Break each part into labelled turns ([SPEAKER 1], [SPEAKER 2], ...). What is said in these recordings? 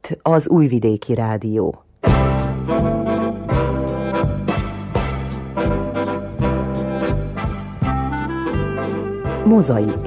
[SPEAKER 1] itt az Újvidéki Rádió. Mozaik.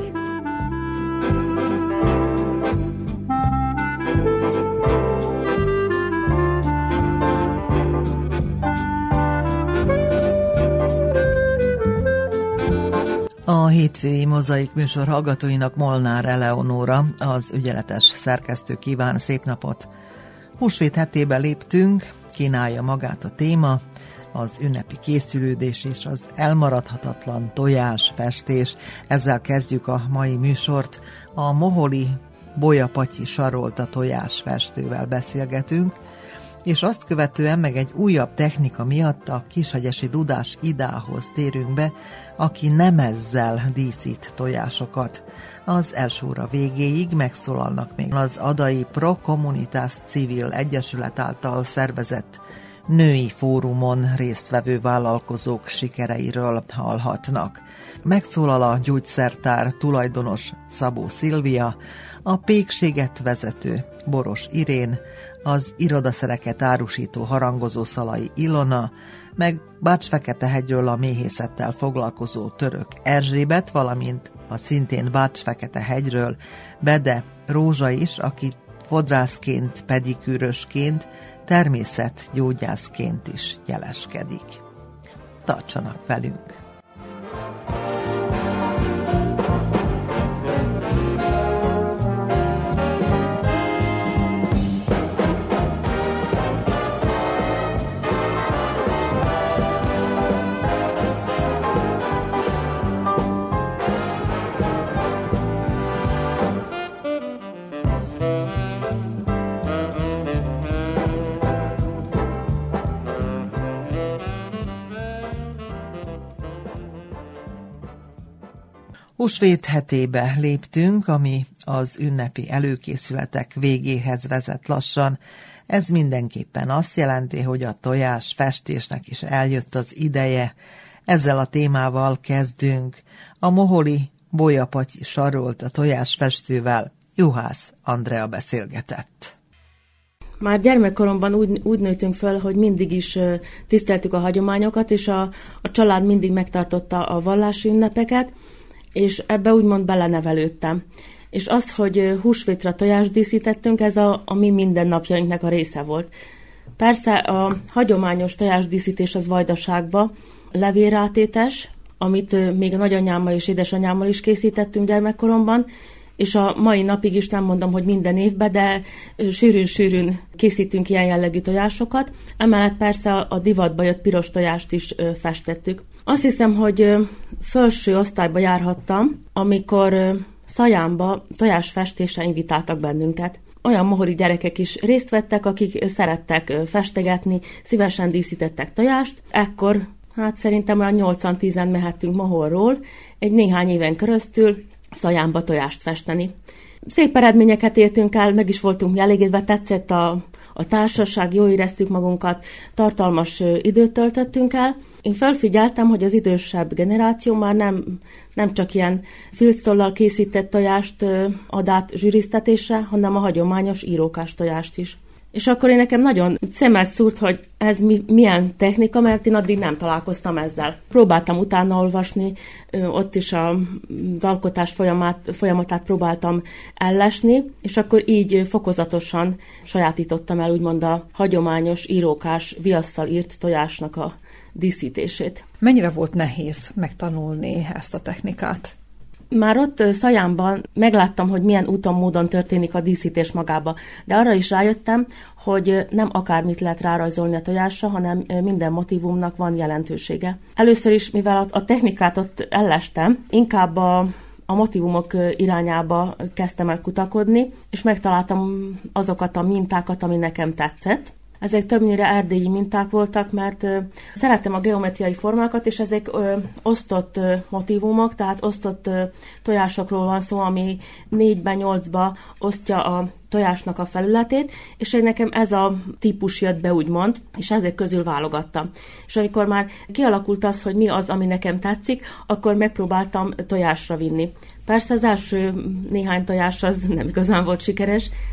[SPEAKER 2] A hétfői Mozaik műsor hallgatóinak Molnár Eleonóra, az ügyeletes szerkesztő kíván szép napot. Húsvét hetébe léptünk, kínálja magát a téma, az ünnepi készülődés és az elmaradhatatlan tojásfestés. Ezzel kezdjük a mai műsort. A moholi Bolyapatyi Sarolta tojásfestővel beszélgetünk, és azt követően meg egy újabb technika miatt a kishegyesi Dudás Idához térünk be, aki nemezzel díszít tojásokat. Az első óra végéig megszólalnak még az Adai Pro Communitas Civil Egyesület által szervezett női fórumon résztvevő vállalkozók sikereiről hallhatnak. Megszólal a gyógyszertár tulajdonos Szabó Szilvia, a pékséget vezető Boros Irén, az irodaszereket árusító harangozó Szalai Ilona, meg Bács-Feketehegyről a méhészettel foglalkozó Török Erzsébet, valamint a szintén Bács-Feketehegyről Bede Rózsa is, aki fodrászként, pedikűrösként, természetgyógyászként is jeleskedik. Tartsanak velünk! Húsvét hetébe léptünk, ami az ünnepi előkészületek végéhez vezet lassan. Ez mindenképpen azt jelenti, hogy a tojás festésnek is eljött az ideje. Ezzel a témával kezdünk. A moholi Bolyapatyi Sarolta tojásfestővel Juhász Andrea beszélgetett.
[SPEAKER 3] Már gyermekkoromban úgy nőttünk föl, hogy mindig is tiszteltük a hagyományokat, és a család mindig megtartotta a vallási ünnepeket, és ebbe úgymond belenevelődtem. És az, hogy húsvétra tojást díszítettünk, ez a mi mindennapjainknak a része volt. Persze a hagyományos tojásdíszítés az Vajdaságban levélrátétes, amit még a nagyanyámmal és édesanyámmal is készítettünk gyermekkoromban, és a mai napig is nem mondom, hogy minden évben, de sűrűn készítünk ilyen jellegű tojásokat. Emellett persze a divatba jött piros tojást is festettük. Azt hiszem, hogy felső osztályba járhattam, amikor Szajánba tojásfestésre invitáltak bennünket. Olyan moholi gyerekek is részt vettek, akik szerettek festegetni, szívesen díszítettek tojást. Ekkor, szerintem olyan 8-10-en mehettünk Mohorról, egy néhány éven keresztül Szajánba tojást festeni. Szép eredményeket értünk el, meg is voltunk elégedve, tetszett a társaság, jól éreztük magunkat, tartalmas időt töltöttünk el. Én felfigyeltem, hogy az idősebb generáció már nem csak ilyen filctollal készített tojást ad át zsűriztetésre, hanem a hagyományos írókás tojást is. És akkor én nekem nagyon szemet szúrt, hogy ez milyen technika, mert én addig nem találkoztam ezzel. Próbáltam utána olvasni, ott is az alkotás folyamatát próbáltam ellesni, és akkor így fokozatosan sajátítottam el úgymond a hagyományos írókás viasszal írt tojásnak a díszítését.
[SPEAKER 4] Mennyire volt nehéz megtanulni ezt a technikát?
[SPEAKER 3] Már ott Szajánban megláttam, hogy milyen úton, módon történik a díszítés magába, de arra is rájöttem, hogy nem akármit lehet rárajzolni a tojásra, hanem minden motívumnak van jelentősége. Először is, mivel a technikát ott ellestem, inkább a motívumok irányába kezdtem el kutakodni, és megtaláltam azokat a mintákat, ami nekem tetszett. Ezek többnyire erdélyi minták voltak, mert szerettem a geometriai formákat, és ezek osztott motívumok, tehát osztott tojásokról van szó, ami 4-8-ba osztja a tojásnak a felületét, és nekem ez a típus jött be, úgymond, és ezek közül válogattam. És amikor már kialakult az, hogy mi az, ami nekem tetszik, akkor megpróbáltam tojásra vinni. Persze az első néhány tojás az nem igazán volt sikeres,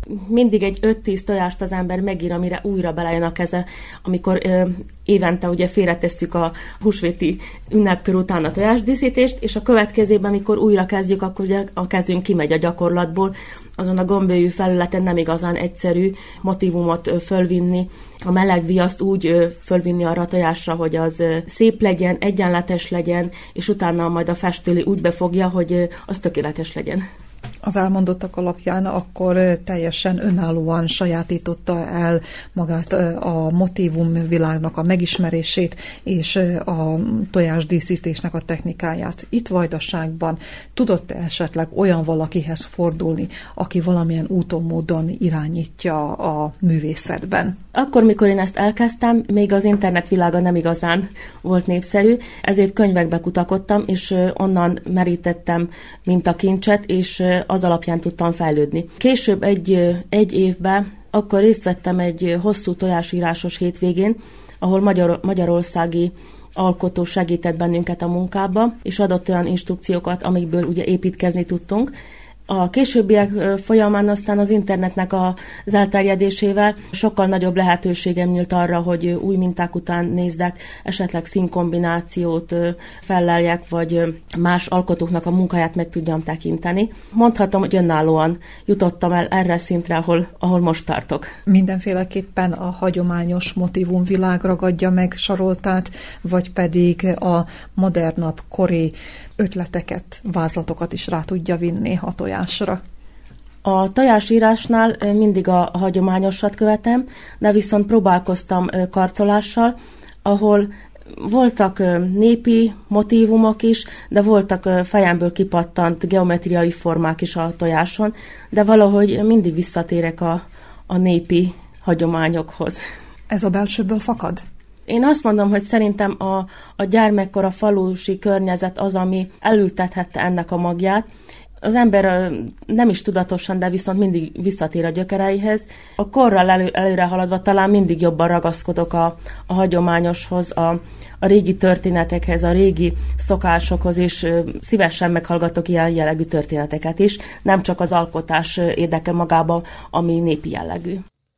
[SPEAKER 3] mindig egy 5-10 tojást az ember megír, amire újra belejön a keze, amikor évente ugye félretesszük a húsvéti ünnepkör után a tojásdíszítést, és a következőben, amikor újra kezdjük, akkor ugye a kezünk kimegy a gyakorlatból, azon a gombőjű felületen nem igazán egyszerű motívumot fölvinni, a meleg viaszt úgy fölvinni arra a tojásra, hogy az szép legyen, egyenletes legyen, és utána majd a festőli úgy befogja, hogy az tökéletes legyen.
[SPEAKER 4] Az elmondottak alapján akkor teljesen önállóan sajátította el magát a motívumvilágnak a megismerését és a tojásdíszítésnek a technikáját. Itt Vajdaságban tudott esetleg olyan valakihez fordulni, aki valamilyen úton, módon irányítja a művészetben?
[SPEAKER 3] Akkor, mikor én ezt elkezdtem, még az internet világa nem igazán volt népszerű, ezért könyvekbe kutakodtam, és onnan merítettem mintakincset, és az alapján tudtam fejlődni. Később egy évben akkor részt vettem egy hosszú tojásírásos hétvégén, ahol magyarországi alkotó segített bennünket a munkába, és adott olyan instrukciókat, amikből ugye építkezni tudtunk. A későbbiek folyamán aztán az internetnek az elterjedésével sokkal nagyobb lehetőségem nyílt arra, hogy új minták után nézdek, esetleg színkombinációt felleljek, vagy más alkotóknak a munkáját meg tudjam tekinteni. Mondhatom, hogy önállóan jutottam el erre szintre, ahol most tartok.
[SPEAKER 4] Mindenféleképpen a hagyományos motívumvilág ragadja meg Saroltát, vagy pedig a modernabb kori ötleteket, vázlatokat is rá tudja vinni a tojásra?
[SPEAKER 3] A tojásírásnál mindig a hagyományosat követem, de viszont próbálkoztam karcolással, ahol voltak népi motívumok is, de voltak fejemből kipattant geometriai formák is a tojáson, de valahogy mindig visszatérek a népi hagyományokhoz.
[SPEAKER 4] Ez a belsőből fakad?
[SPEAKER 3] Én azt mondom, hogy szerintem a gyermekkor, a falusi környezet az, ami elültethette ennek a magját. Az ember nem is tudatosan, de viszont mindig visszatér a gyökereihez. A korral előre haladva talán mindig jobban ragaszkodok a hagyományoshoz, a régi történetekhez, a régi szokásokhoz, és szívesen meghallgatok ilyen jellegű történeteket is, nem csak az alkotás érdekel magába, ami népi jellegű.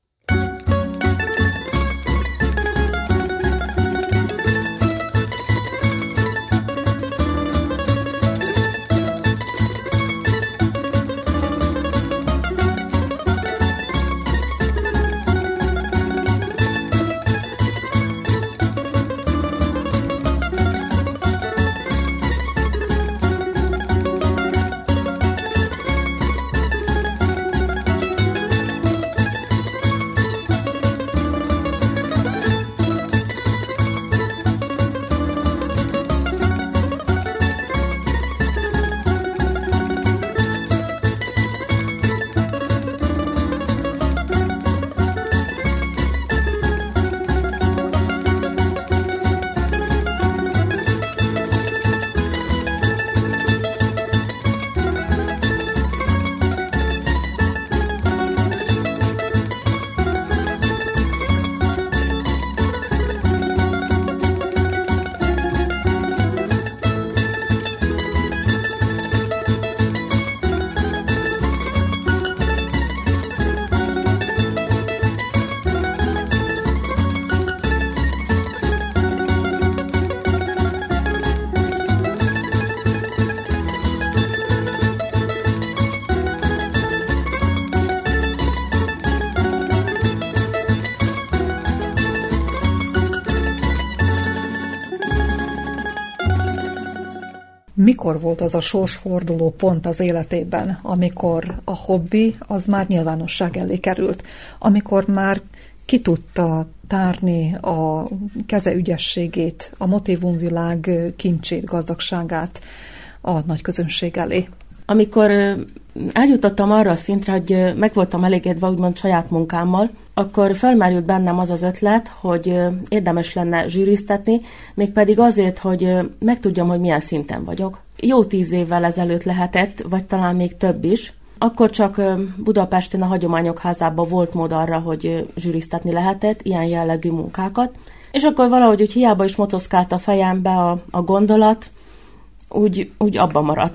[SPEAKER 4] Mikor volt az a sorsforduló pont az életében, amikor a hobbi az már nyilvánosság elé került, amikor már ki tudta tárni a keze ügyességét, a motívumvilág kincsét, gazdagságát a nagy közönség elé?
[SPEAKER 3] Amikor eljutottam arra a szintre, hogy meg voltam elégedve úgymond saját munkámmal, akkor felmerült bennem az az ötlet, hogy érdemes lenne zsűriztetni, mégpedig azért, hogy megtudjam, hogy milyen szinten vagyok. Jó 10 évvel ezelőtt lehetett, vagy talán még több is. Akkor csak Budapesten a Hagyományok Házában volt mód arra, hogy zsűriztetni lehetett ilyen jellegű munkákat. És akkor valahogy úgy hiába is motoszkált a fejembe a gondolat, úgy abba maradt.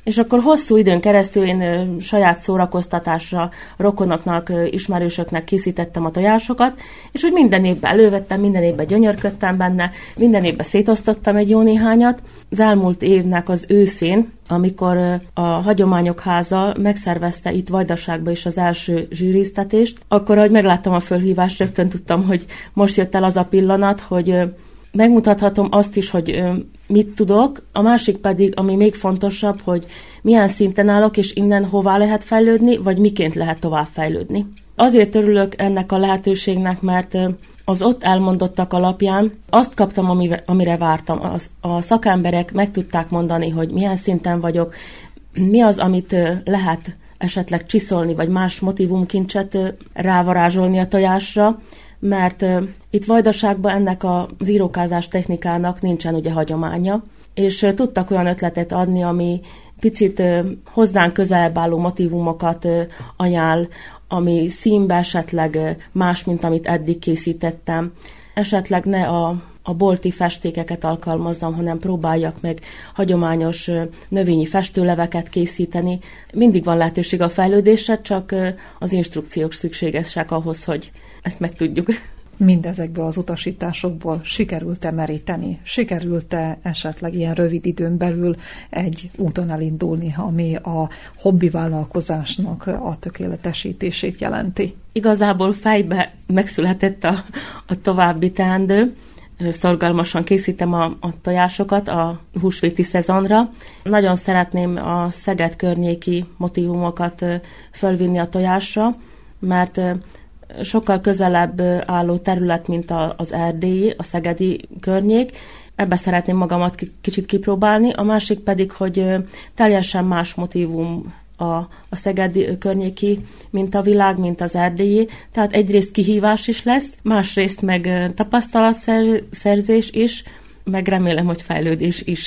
[SPEAKER 3] És akkor hosszú időn keresztül én saját szórakoztatásra rokonoknak, ismerősöknek készítettem a tojásokat, és úgy minden évben elővettem, minden évben gyönyörködtem benne, minden évben szétosztottam egy jó néhányat. Az elmúlt évnek az őszén, amikor a Hagyományok Háza megszervezte itt Vajdaságban is az első zsűriztetést, akkor, ahogy megláttam a fölhívást, rögtön tudtam, hogy most jött el az a pillanat, hogy megmutathatom azt is, hogy mit tudok, a másik pedig, ami még fontosabb, hogy milyen szinten állok, és innen hová lehet fejlődni, vagy miként lehet tovább fejlődni. Azért örülök ennek a lehetőségnek, mert az ott elmondottak alapján azt kaptam, amire vártam. A szakemberek meg tudták mondani, hogy milyen szinten vagyok, mi az, amit lehet esetleg csiszolni, vagy más motivumkincset rávarázsolni a tojásra, mert itt Vajdaságban ennek az írókázás technikának nincsen ugye hagyománya, és tudtak olyan ötletet adni, ami picit hozzánk közelebb álló motivumokat ajánl, ami színbe esetleg más, mint amit eddig készítettem. Esetleg ne a bolti festékeket alkalmazzam, hanem próbáljak meg hagyományos növényi festőleveket készíteni. Mindig van lehetőség a fejlődésre, csak az instrukciók szükségesek ahhoz, hogy ezt megtudjuk.
[SPEAKER 4] Mindezekből az utasításokból sikerült-e meríteni? Sikerült-e esetleg ilyen rövid időn belül egy úton elindulni, ami a hobbi vállalkozásnak a tökéletesítését jelenti?
[SPEAKER 3] Igazából fejbe megszületett a további teendő. Szorgalmasan készítem a tojásokat a húsvéti szezonra. Nagyon szeretném a Szeged környéki motivumokat fölvinni a tojásra, mert sokkal közelebb álló terület, mint az erdélyi, a szegedi környék. Ebbe szeretném magamat kicsit kipróbálni. A másik pedig, hogy teljesen más motívum a szegedi környéki, mint a világ, mint az erdélyi. Tehát egyrészt kihívás is lesz, másrészt meg tapasztalatszerzés is, meg remélem, hogy fejlődés is.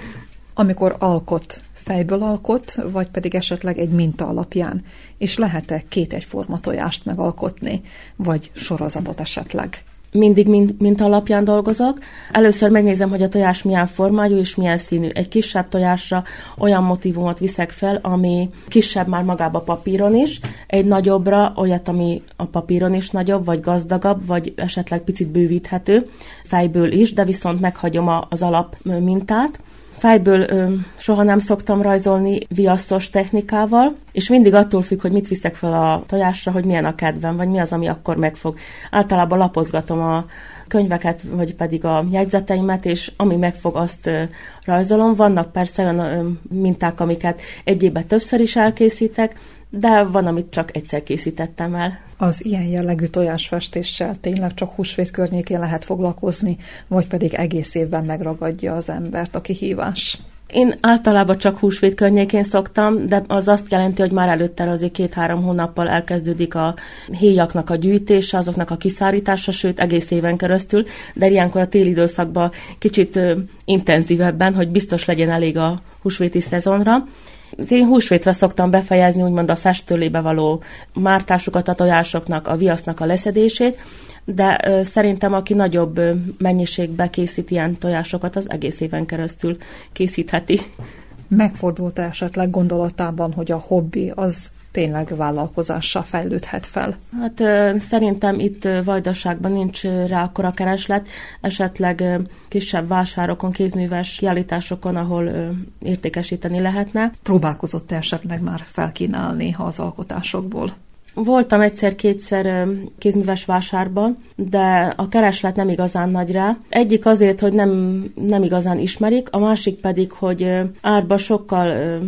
[SPEAKER 4] Amikor alkot, fejből alkot, vagy pedig esetleg egy minta alapján, és lehet-e két egyforma tojást megalkotni, vagy sorozatot esetleg?
[SPEAKER 3] Mindig minta alapján dolgozok. Először megnézem, hogy a tojás milyen formájú és milyen színű. Egy kisebb tojásra olyan motívumot viszek fel, ami kisebb már magába papíron is, egy nagyobbra olyat, ami a papíron is nagyobb, vagy gazdagabb, vagy esetleg picit bővíthető fejből is, de viszont meghagyom az alap mintát. Fejből soha nem szoktam rajzolni viasszos technikával, és mindig attól függ, hogy mit viszek fel a tojásra, hogy milyen a kedvem, vagy mi az, ami akkor megfog. Általában lapozgatom a könyveket, vagy pedig a jegyzeteimet, és ami megfog, azt rajzolom. Vannak persze olyan minták, amiket egy évben többször is elkészítek, de van, amit csak egyszer készítettem el.
[SPEAKER 4] Az ilyen jellegű tojásfestéssel tényleg csak húsvét környékén lehet foglalkozni, vagy pedig egész évben megragadja az embert a kihívás?
[SPEAKER 3] Én általában csak húsvét környékén szoktam, de az azt jelenti, hogy már előtte azért 2-3 hónappal elkezdődik a héjaknak a gyűjtése, azoknak a kiszárítása, sőt egész éven keresztül, de ilyenkor a téli időszakban kicsit intenzívebben, hogy biztos legyen elég a húsvéti szezonra. Én húsvétre szoktam befejezni úgymond a festőlébe való mártásukat a tojásoknak, a viasznak a leszedését, de szerintem aki nagyobb mennyiségbe készít ilyen tojásokat, az egész éven keresztül készítheti.
[SPEAKER 4] Megfordult esetleg gondolatában, hogy a hobbi az tényleg vállalkozással fejlődhet fel?
[SPEAKER 3] Hát szerintem itt Vajdaságban nincs rá akkora kereslet, esetleg kisebb vásárokon, kézműves kiállításokon, ahol értékesíteni lehetne.
[SPEAKER 4] Próbálkozott esetleg már felkínálni az alkotásokból?
[SPEAKER 3] Voltam egyszer-kétszer kézműves vásárban, de a kereslet nem igazán nagy rá. Egyik azért, hogy nem igazán ismerik, a másik pedig, hogy árban sokkal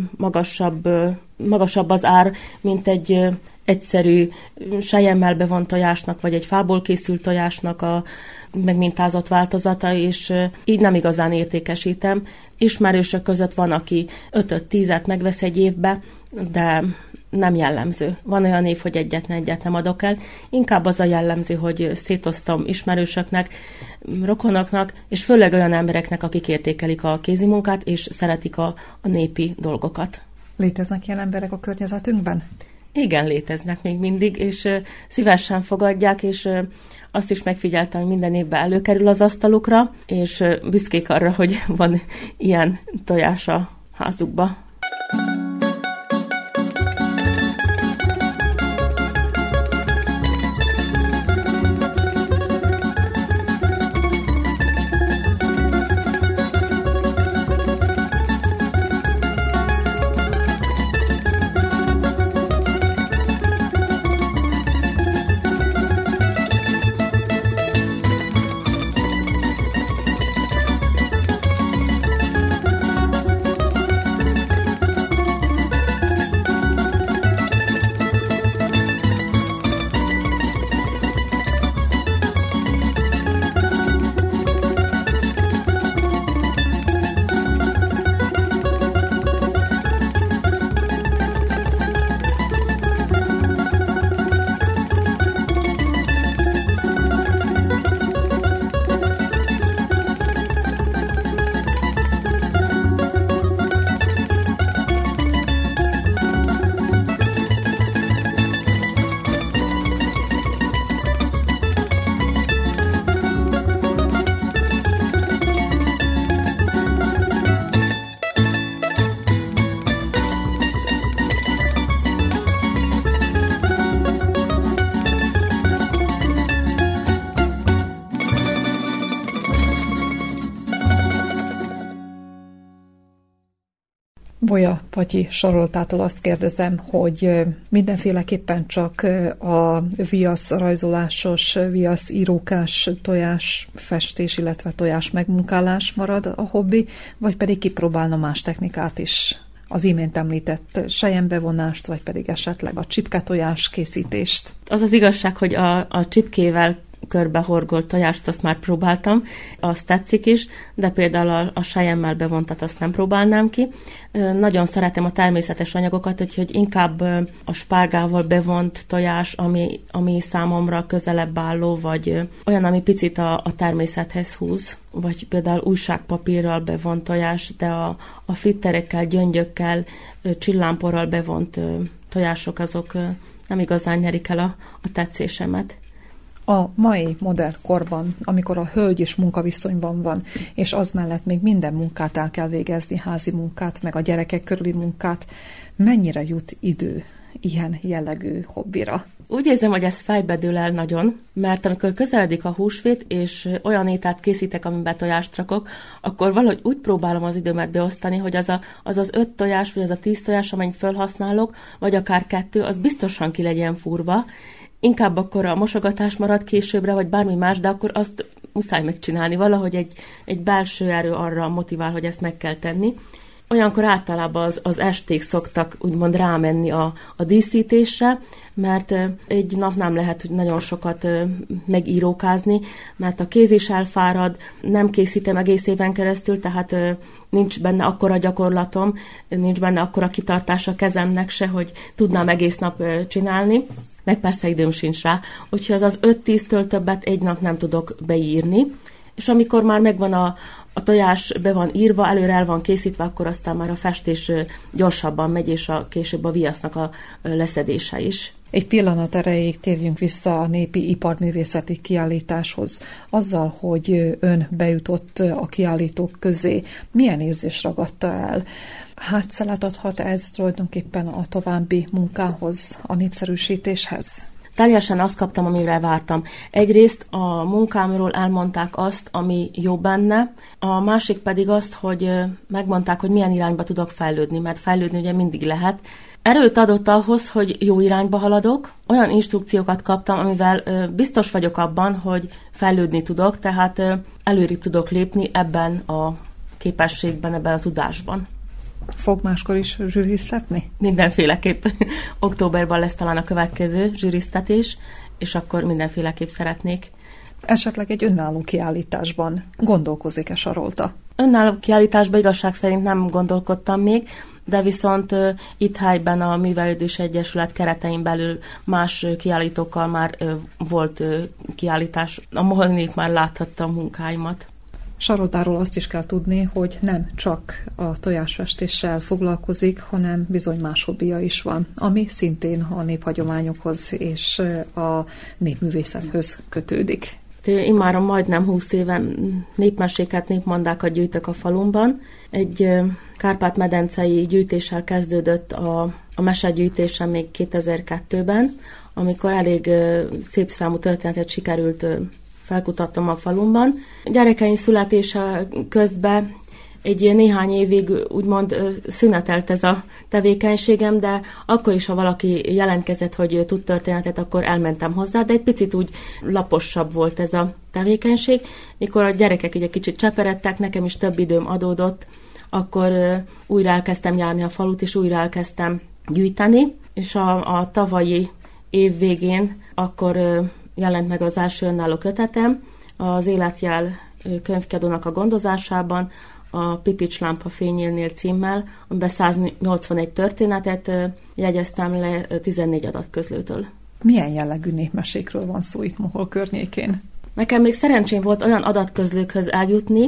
[SPEAKER 3] magasabb az ár, mint egy egyszerű selyemmel bevont tojásnak, vagy egy fából készült tojásnak a megmintázott változata, és így nem igazán értékesítem. Ismerősök között van, aki 5-10-et megvesz egy évbe, de nem jellemző. Van olyan év, hogy egyet nem adok el. Inkább az a jellemző, hogy szétoztam ismerősöknek, rokonoknak, és főleg olyan embereknek, akik értékelik a kézimunkát, és szeretik a népi dolgokat.
[SPEAKER 4] Léteznek ilyen emberek a környezetünkben?
[SPEAKER 3] Igen, léteznek még mindig, és szívesen fogadják, és azt is megfigyeltem, hogy minden évben előkerül az asztalukra, és büszkék arra, hogy van ilyen tojás a házukba.
[SPEAKER 4] Bolya Patyi Saroltától azt kérdezem, hogy mindenféleképpen csak a viasz rajzolásos, viasz írókás tojás festés, illetve tojás megmunkálás marad a hobbi, vagy pedig kipróbálna más technikát is? Az imént említett selyembevonást, vagy pedig esetleg a csipketojás készítést?
[SPEAKER 3] Az az igazság, hogy a csipkével körbehorgolt tojást, azt már próbáltam, azt tetszik is, de például a selyemmel bevontat azt nem próbálnám ki. Nagyon szeretem a természetes anyagokat, úgyhogy inkább a spárgával bevont tojás, ami számomra közelebb álló, vagy olyan, ami picit a természethez húz, vagy például újságpapírral bevont tojás, de a fitterekkel, gyöngyökkel, csillámporral bevont tojások, azok nem igazán nyerik el a tetszésemet.
[SPEAKER 4] A mai modern korban, amikor a hölgy is munkaviszonyban van, és az mellett még minden munkát el kell végezni, házi munkát, meg a gyerekek körüli munkát, mennyire jut idő ilyen jellegű hobbira?
[SPEAKER 3] Úgy érzem, hogy ez fejbe dől el nagyon, mert amikor közeledik a húsvét, és olyan ételt készítek, amiben tojást rakok, akkor valahogy úgy próbálom az időmet beosztani, hogy az 5 tojás, vagy az a 10 tojás, amennyit felhasználok, vagy akár 2, az biztosan ki legyen fúrva. Inkább akkor a mosogatás marad későbbre, vagy bármi más, de akkor azt muszáj megcsinálni. Valahogy egy belső erő arra motivál, hogy ezt meg kell tenni. Olyankor általában az esték szoktak úgymond rámenni a díszítésre, mert egy nap nem lehet nagyon sokat megírókázni, mert a kéz is elfárad, nem készítem egész éven keresztül, tehát nincs benne akkora gyakorlatom, nincs benne akkora kitartás a kezemnek se, hogy tudnám egész nap csinálni. Meg persze időm sincs rá, úgyhogy az 5-10-től többet egy nap nem tudok beírni, és amikor már megvan a tojás, be van írva, előre el van készítve, akkor aztán már a festés gyorsabban megy, és később a viasznak a leszedése is.
[SPEAKER 4] Egy pillanat erejéig térjünk vissza a népi iparművészeti kiállításhoz. Azzal, hogy ön bejutott a kiállítók közé, milyen érzés ragadta el? Hátszelet adhat ez tulajdonképpen a további munkához, a népszerűsítéshez?
[SPEAKER 3] Teljesen azt kaptam, amire vártam. Egyrészt a munkámról elmondták azt, ami jó benne, a másik pedig azt, hogy megmondták, hogy milyen irányba tudok fejlődni, mert fejlődni ugye mindig lehet. Erőt adott ahhoz, hogy jó irányba haladok, olyan instrukciókat kaptam, amivel biztos vagyok abban, hogy fejlődni tudok, tehát előrébb tudok lépni ebben a képességben, ebben a tudásban.
[SPEAKER 4] Fog máskor is zsűriztetni?
[SPEAKER 3] Mindenféleképp. Októberben lesz talán a következő zsűriztetés, és akkor mindenféleképp szeretnék.
[SPEAKER 4] Esetleg egy önálló kiállításban gondolkozik-e Sarolta?
[SPEAKER 3] Önálló kiállításban igazság szerint nem gondolkodtam még, de viszont itt helyben a Művelődés Egyesület keretein belül más kiállítókkal már volt kiállítás, ahol én már láthattam a munkáimat.
[SPEAKER 4] Saroltáról azt is kell tudni, hogy nem csak a tojásfestéssel foglalkozik, hanem bizony más hobbija is van, ami szintén a néphagyományokhoz és a népművészethez kötődik.
[SPEAKER 3] Én már majdnem 20 éve népmeséket, népmondákat gyűjtök a falumban. Egy kárpát-medencei gyűjtéssel kezdődött a mesegyűjtésem még 2002-ben, amikor elég szép számú történetet sikerült felkutattam a falumban. Gyerekeim születése közben egy néhány évig úgymond szünetelt ez a tevékenységem, de akkor is, ha valaki jelentkezett, hogy tud történetet, akkor elmentem hozzá, de egy picit úgy laposabb volt ez a tevékenység. Mikor a gyerekek egy kicsit cseperedtek, nekem is több időm adódott, akkor újra elkezdtem járni a falut, és újra elkezdtem gyűjteni, és a tavalyi év végén akkor jelent meg az első önálló kötetem, az Életjel könyvkiadónak a gondozásában, a Pipics lámpa fényénél címmel, amiben 181 történetet jegyeztem le 14 adatközlőtől.
[SPEAKER 4] Milyen jellegű népmesékről van szó itt Mohol környékén?
[SPEAKER 3] Nekem még szerencsém volt olyan adatközlőkhöz eljutni,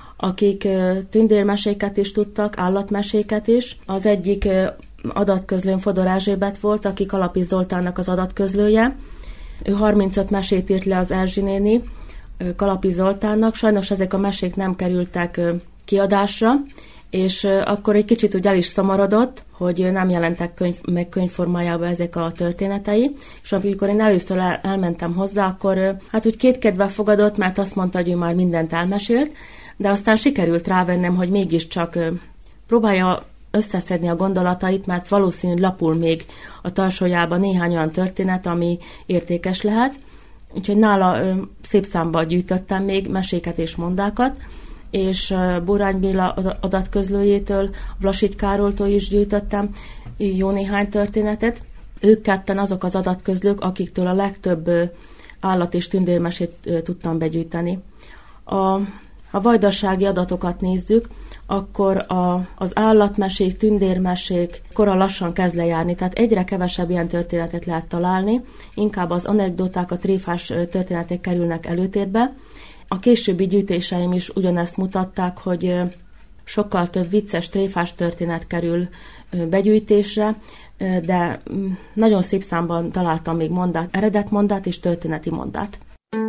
[SPEAKER 3] akik tündérmeséket is tudtak, állatmeséket is. Az egyik adatközlőn Fodor Erzsébet volt, aki Kalapis Zoltánnak az adatközlője. Ő 35 mesét írt le az Erzsi néni Kalapis Zoltánnak. Sajnos ezek a mesék nem kerültek kiadásra, és akkor egy kicsit úgy el is szomorodott, hogy nem jelentek meg könyvformájában ezek a történetei, és amikor én először elmentem hozzá, akkor hát úgy kétkedve fogadott, mert azt mondta, hogy ő már mindent elmesélt, de aztán sikerült rávennem, hogy mégiscsak próbálja összeszedni a gondolatait, mert valószínűleg lapul még a tarsójában néhány olyan történet, ami értékes lehet. Úgyhogy nála szép számba gyűjtöttem még meséket és mondákat, és Borány Béla adatközlőjétől, Vlasigy Károlytól is gyűjtöttem jó néhány történetet. Ők ketten azok az adatközlők, akiktől a legtöbb állat- és tündérmesét tudtam begyűjteni. Ha vajdasági adatokat nézzük, akkor az állatmesék, tündérmesék kora lassan kezd lejárni, tehát egyre kevesebb ilyen történetet lehet találni, inkább az anekdoták, a tréfás történetek kerülnek előtérbe. A későbbi gyűjtéseim is ugyanezt mutatták, hogy sokkal több vicces, tréfás történet kerül begyűjtésre, de nagyon szép számban találtam még eredetmondát és történeti mondát.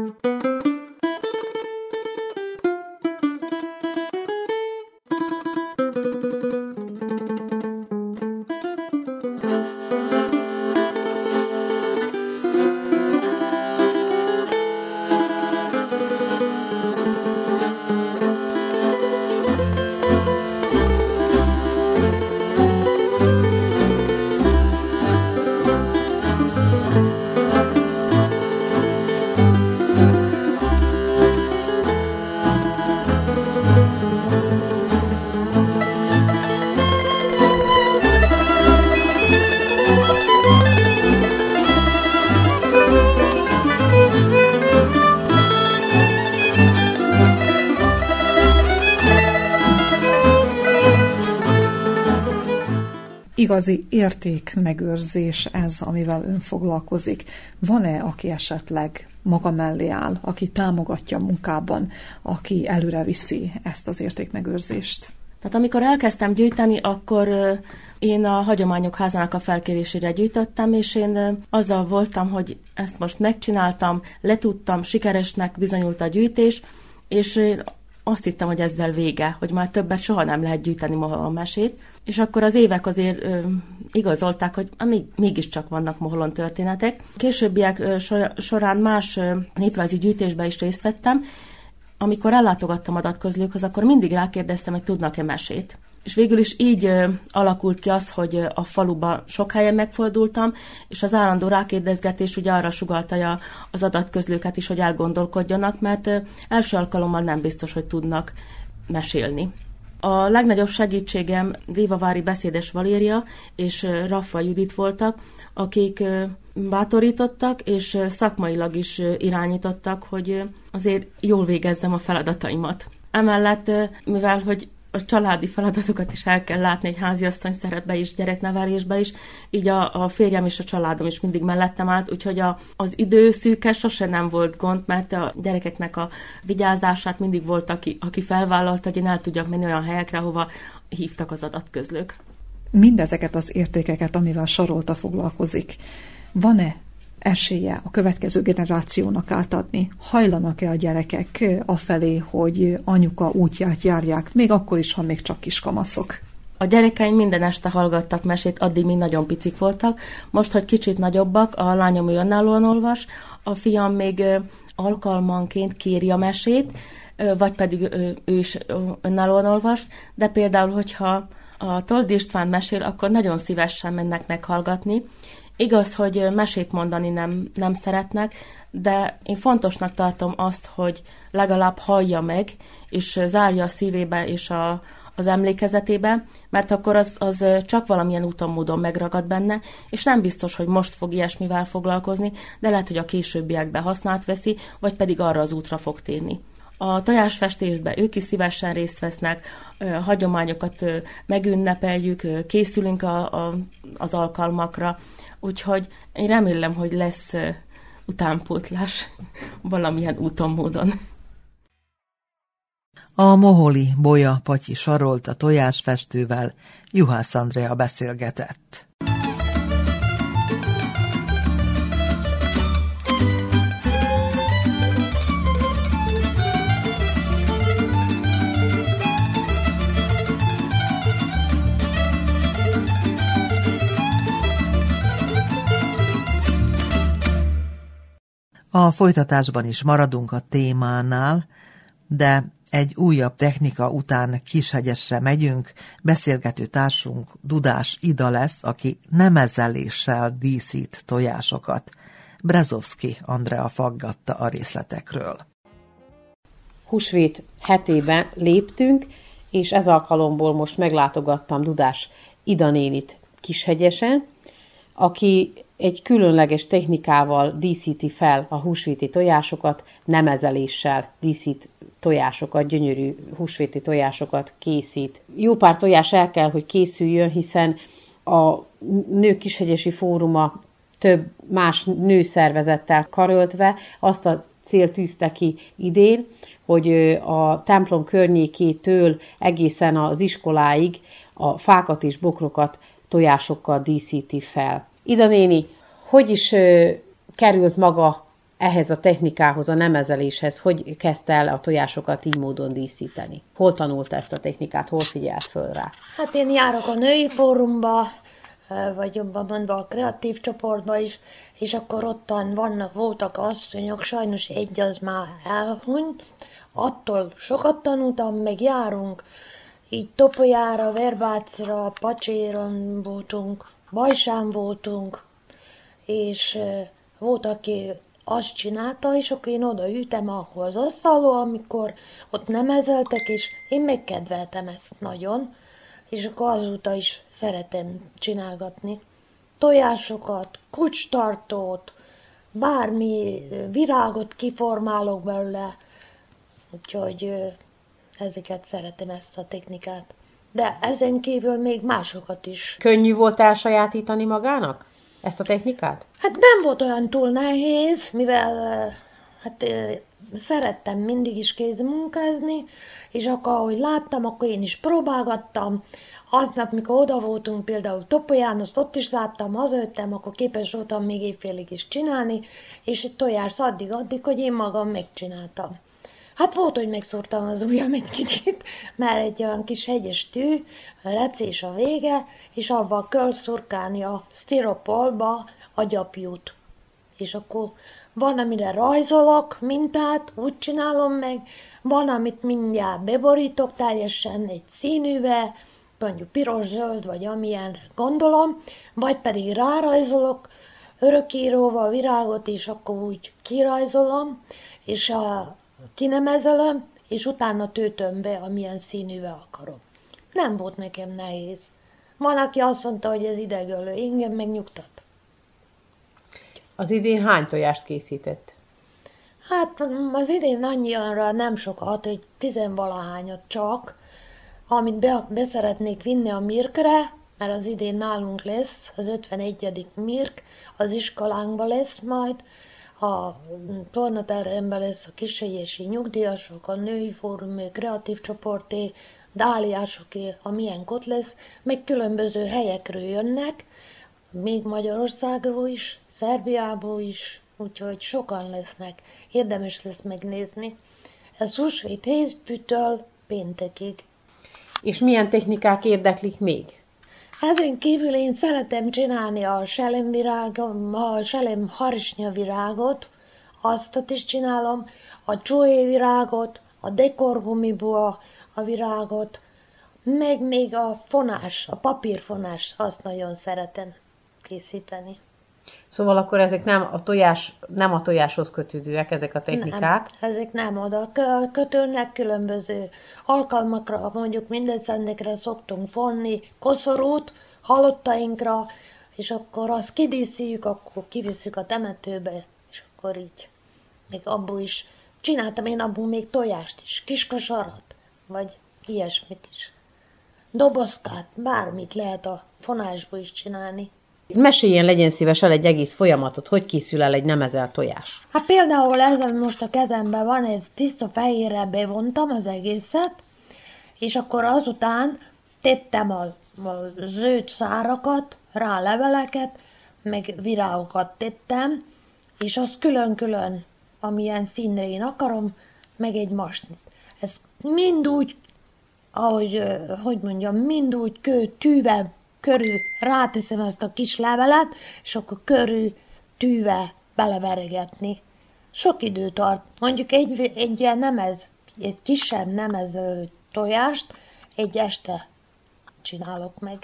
[SPEAKER 4] Igazi értékmegőrzés ez, amivel ön foglalkozik. Van-e, aki esetleg maga mellé áll, aki támogatja a munkában, aki előre viszi ezt az értékmegőrzést?
[SPEAKER 3] Tehát amikor elkezdtem gyűjteni, akkor én a Hagyományok Házának a felkérésére gyűjtöttem, és én azzal voltam, hogy ezt most megcsináltam, letudtam, sikeresnek bizonyult a gyűjtés, és én azt hittem, hogy ezzel vége, hogy már többet soha nem lehet gyűjteni a mesét, és akkor az évek azért igazolták, hogy mégiscsak vannak moholon történetek. Későbbiek során más néprajzi gyűjtésben is részt vettem. Amikor ellátogattam adatközlőkhöz, akkor mindig rákérdeztem, hogy tudnak-e mesét. És végül is így alakult ki az, hogy a faluban sok helyen megfordultam, és az állandó rákérdezgetés ugye arra sugallta az adatközlőket is, hogy elgondolkodjanak, mert első alkalommal nem biztos, hogy tudnak mesélni. A legnagyobb segítségem Dévavári Beszédes Valéria és Raffa Judit voltak, akik bátorítottak, és szakmailag is irányítottak, hogy azért jól végezzem a feladataimat. Emellett, mivel hogy a családi feladatokat is el kell látni egy háziasszony szerepbe is, gyereknevelésbe is, így a férjem és a családom is mindig mellettem állt, úgyhogy az idő szűke sose nem volt gond, mert a gyerekeknek a vigyázását mindig volt, aki felvállalta, hogy én el tudjak menni olyan helyekre, hova hívtak az adatközlők.
[SPEAKER 4] Mindezeket az értékeket, amivel Sarolta foglalkozik, van-e esélye a következő generációnak átadni? Hajlanak-e a gyerekek afelé, hogy anyuka útját járják, még akkor is, ha még csak kiskamaszok?
[SPEAKER 3] A gyerekeim minden este hallgattak mesét, addig még nagyon picik voltak. Most, hogy kicsit nagyobbak, a lányom önállóan olvas, a fiam még alkalmanként kéri a mesét, vagy pedig ő is önállóan olvas, de például, hogyha a Toldy István mesél, akkor nagyon szívesen mennek meghallgatni. Igaz, hogy mesét mondani nem szeretnek, de én fontosnak tartom azt, hogy legalább hallja meg, és zárja a szívébe és az emlékezetébe, mert akkor az csak valamilyen úton, módon megragad benne, és nem biztos, hogy most fog ilyesmivel foglalkozni, de lehet, hogy a későbbiekben használt veszi, vagy pedig arra az útra fog térni. A tojásfestésben ők is szívesen részt vesznek, hagyományokat megünnepeljük, készülünk az alkalmakra, úgyhogy én remélem, hogy lesz utánpótlás valamilyen úton, módon.
[SPEAKER 2] A moholi Bolya Patyi Sarolta tojásfestővel Juhász Andrea beszélgetett. A folytatásban is maradunk a témánál, de Egy újabb technika után Kishegyesre megyünk, beszélgető társunk Dudás Ida lesz, aki nemezeléssel díszít tojásokat. Brezovszky Andrea faggatta a részletekről.
[SPEAKER 5] Húsvét hetében léptünk, és ez alkalomból most meglátogattam Dudás Ida nénit Kishegyesen, aki egy különleges technikával díszíti fel a húsvéti tojásokat, nemezeléssel díszít tojásokat, gyönyörű húsvéti tojásokat készít. Jó pár tojás el kell, hogy készüljön, hiszen a Nők Kishegyesi Fóruma több más nőszervezettel karöltve azt a célt tűzte ki idén, hogy a templom környékétől egészen az iskoláig a fákat és bokrokat tojásokkal díszíti fel. Ida néni, hogy is került maga ehhez a technikához, a nemezeléshez, hogy kezdte el a tojásokat így módon díszíteni? Hol tanulta ezt a technikát, hol figyelt föl rá?
[SPEAKER 6] Hát én járok a női fórumba, vagy jobban mondva a kreatív csoportba is, és akkor ottan voltak asszonyok, sajnos egy az már elhunyt, attól sokat tanultam, meg járunk, így Topolyára, Verbácra, Pacséron voltunk, Bajsán voltunk, és volt, aki azt csinálta, és akkor én odaültem ahol az asztalon, amikor ott nemezeltek, és én megkedveltem ezt nagyon, és akkor azóta is szeretem csinálgatni. Tojásokat, kucstartót, bármi virágot kiformálok belőle, úgyhogy ezeket szeretem, ezt a technikát. De ezen kívül még másokat is.
[SPEAKER 5] Könnyű volt elsajátítani magának ezt a technikát?
[SPEAKER 6] Hát nem volt olyan túl nehéz, mivel szerettem mindig is kézmunkázni, és akkor, ahogy láttam, akkor én is próbálgattam. Aznap, mikor oda voltunk például Topolyán, azt ott is láttam, hazajöttem, akkor képes voltam még évfélig is csinálni, és egy tojást addig, hogy én magam megcsináltam. Hát volt, hogy megszórtam az ujjam egy kicsit, mert egy olyan kis hegyes tű, recés a vége, és avval kell szurkálni a sztiropolba a gyapjút. És akkor van, amire rajzolok mintát, úgy csinálom meg, van, amit mindjárt beborítok teljesen egy színűvel, mondjuk piros-zöld, vagy amilyen gondolom, vagy pedig rárajzolok örökíróval virágot, és akkor úgy kirajzolom, és kinemezelem, és utána töltöm be, amilyen színűvel akarom. Nem volt nekem nehéz. Van, aki azt mondta, hogy ez idegölő, engem megnyugtat.
[SPEAKER 5] Az idén hány tojást készített?
[SPEAKER 6] Hát az idén annyianra nem sokat, hogy 10-valahányat csak, amit beszeretnék vinni a Mirkre, mert az idén nálunk lesz, az 51. Mirk, az iskolánkban lesz majd, a tornateremben lesz a kishegyesi nyugdíjasok, a női fórum, a kreatív csoporté, dáliásoké, a milyen ott lesz, meg különböző helyekről jönnek, még Magyarországról is, Szerbiából is, úgyhogy sokan lesznek, érdemes lesz megnézni. Ez húsvét hétfőtől péntekig.
[SPEAKER 5] És milyen technikák érdeklik még?
[SPEAKER 6] Ezen kívül én szeretem csinálni a selem harisnya virágot, azt is csinálom, a csóé virágot, a dekorgumiból a virágot, meg még a fonás, a papírfonás, azt nagyon szeretem készíteni.
[SPEAKER 5] Szóval akkor ezek nem a tojáshoz kötődőek, ezek a technikák?
[SPEAKER 6] Nem, ezek nem oda kötődnek, különböző alkalmakra, mondjuk minden szentekre szoktunk vonni koszorút halottainkra, és akkor azt kidíszíjük, akkor kivisszük a temetőbe, és akkor így. Még abból is csináltam én abból még tojást is, kiskosarat, vagy ilyesmit is. Dobozkát, bármit lehet a fonásból is csinálni.
[SPEAKER 5] Meséljen, legyen szíves el egy egész folyamatot, hogy készül el egy nemezelt tojás.
[SPEAKER 6] Hát például ez, ami most a kezemben van, ez tiszta fehérre bevontam az egészet, és akkor azután tettem a zöld szárakat, rá leveleket, meg virágokat tettem, és azt külön-külön, amilyen színre én akarom, meg egy masnit. Ez mind úgy, mind úgy tűvel körül ráteszem ezt a kis levelet, és akkor körül tűvel beleveregetni. Sok idő tart, mondjuk egy ilyen nemez egy kisebb nemező tojást egy este csinálok meg.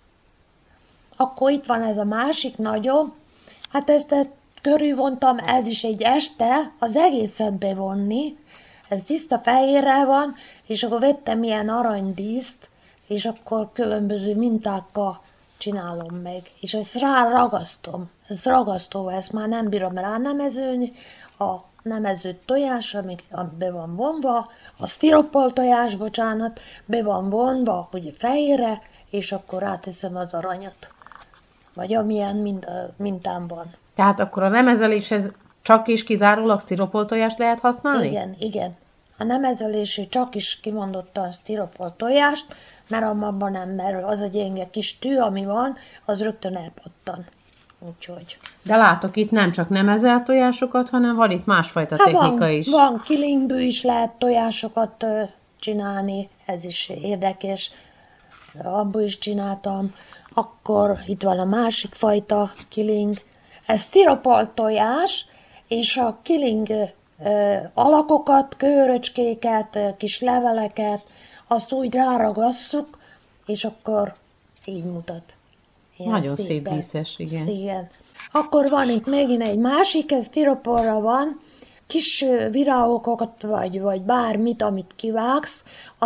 [SPEAKER 6] Akkor itt van ez a másik nagyobb, hát ezt körülvontam, ez is egy este, az egészet bevonni, ez tiszta fehérrel van, és akkor vettem ilyen aranydíszt, és akkor különböző mintákkal csinálom meg, és ezt ráragasztom, ez ragasztó, ezt már nem bírom ránemezőni, a nemezőt tojás, ami be van vonva, a sztiropol tojás, bocsánat, be van vonva, ugye fehérre, és akkor ráteszem az aranyat, vagy amilyen mintám van.
[SPEAKER 5] Tehát akkor a nemezeléshez csak és kizárólag sztiropol tojást lehet használni?
[SPEAKER 6] Igen, igen. A nemezelésé csak is kimondottan sztiropol tojást, mert abban nem, mert az a gyenge kis tű, ami van, az rögtön elpattan. Úgyhogy.
[SPEAKER 5] De látok itt nem csak nemezelt tojásokat, hanem van itt másfajta technika is.
[SPEAKER 6] Van kilingből is lehet tojásokat csinálni, ez is érdekes. Abból is csináltam. Akkor itt van a másik fajta kiling. Ez sztiropol tojás, és a kiling alakokat, köröcskéket, kis leveleket, azt úgy ráragasszuk, és akkor így mutat. Ilyen
[SPEAKER 5] nagyon szép díszes, igen.
[SPEAKER 6] Igen. Akkor van itt megint egy másik, ez sztiropolra van, kis virágokat, vagy bármit, amit kivágsz,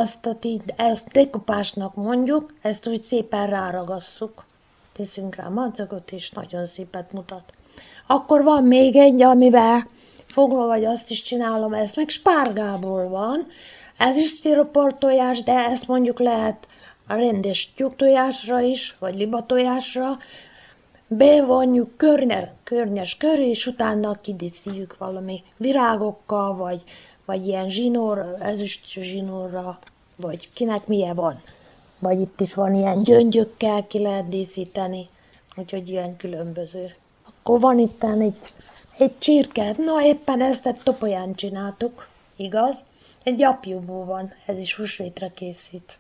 [SPEAKER 6] ezt dekupásnak mondjuk, ezt úgy szépen ráragasszuk. Teszünk rá madzagot, és nagyon szépet mutat. Akkor van még egy, amivel fogva vagy azt is csinálom, ezt meg spárgából van. Ez is sztiropor tojás, de ezt mondjuk lehet a rendes tyúktojásra is, vagy libatojásra. Bevonjuk környes körül, és utána kidíszítjük valami virágokkal, vagy ilyen zsinór, ezüst zsinórra, vagy kinek milyen van. Vagy itt is van ilyen gyöngyökkel ki lehet díszíteni, úgyhogy ilyen különböző. Akkor van itt egy csirke, na éppen ezt egy topolyán csináltuk, igaz? Egy apjúból van, ez is húsvétre készít.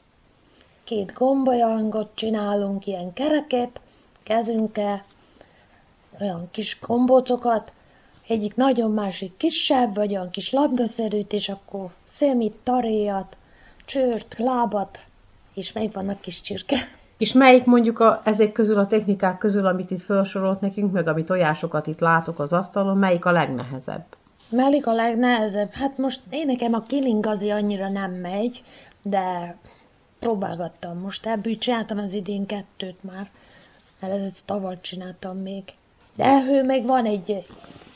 [SPEAKER 6] 2 gombolyangot csinálunk, ilyen kereket, kezünkkel, olyan kis gombócokat, egyik nagyon, másik kisebb, vagy olyan kis labdaszerűt, és akkor szemét, taréjat, csőrt, lábat, és megvan a kis csirke.
[SPEAKER 5] És melyik mondjuk ezek közül, a technikák közül, amit itt felsorolt nekünk, meg ami tojásokat itt látok az asztalon, melyik a legnehezebb?
[SPEAKER 6] Melyik a legnehezebb? Hát most én nekem a kilingazi annyira nem megy, de próbálgattam most. Ebből csináltam az idén 2 már, mert ezt tavaly csináltam még. De ő meg van egy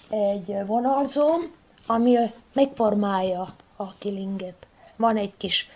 [SPEAKER 6] vonalzóm, ami megformálja a kilinget. Van egy kis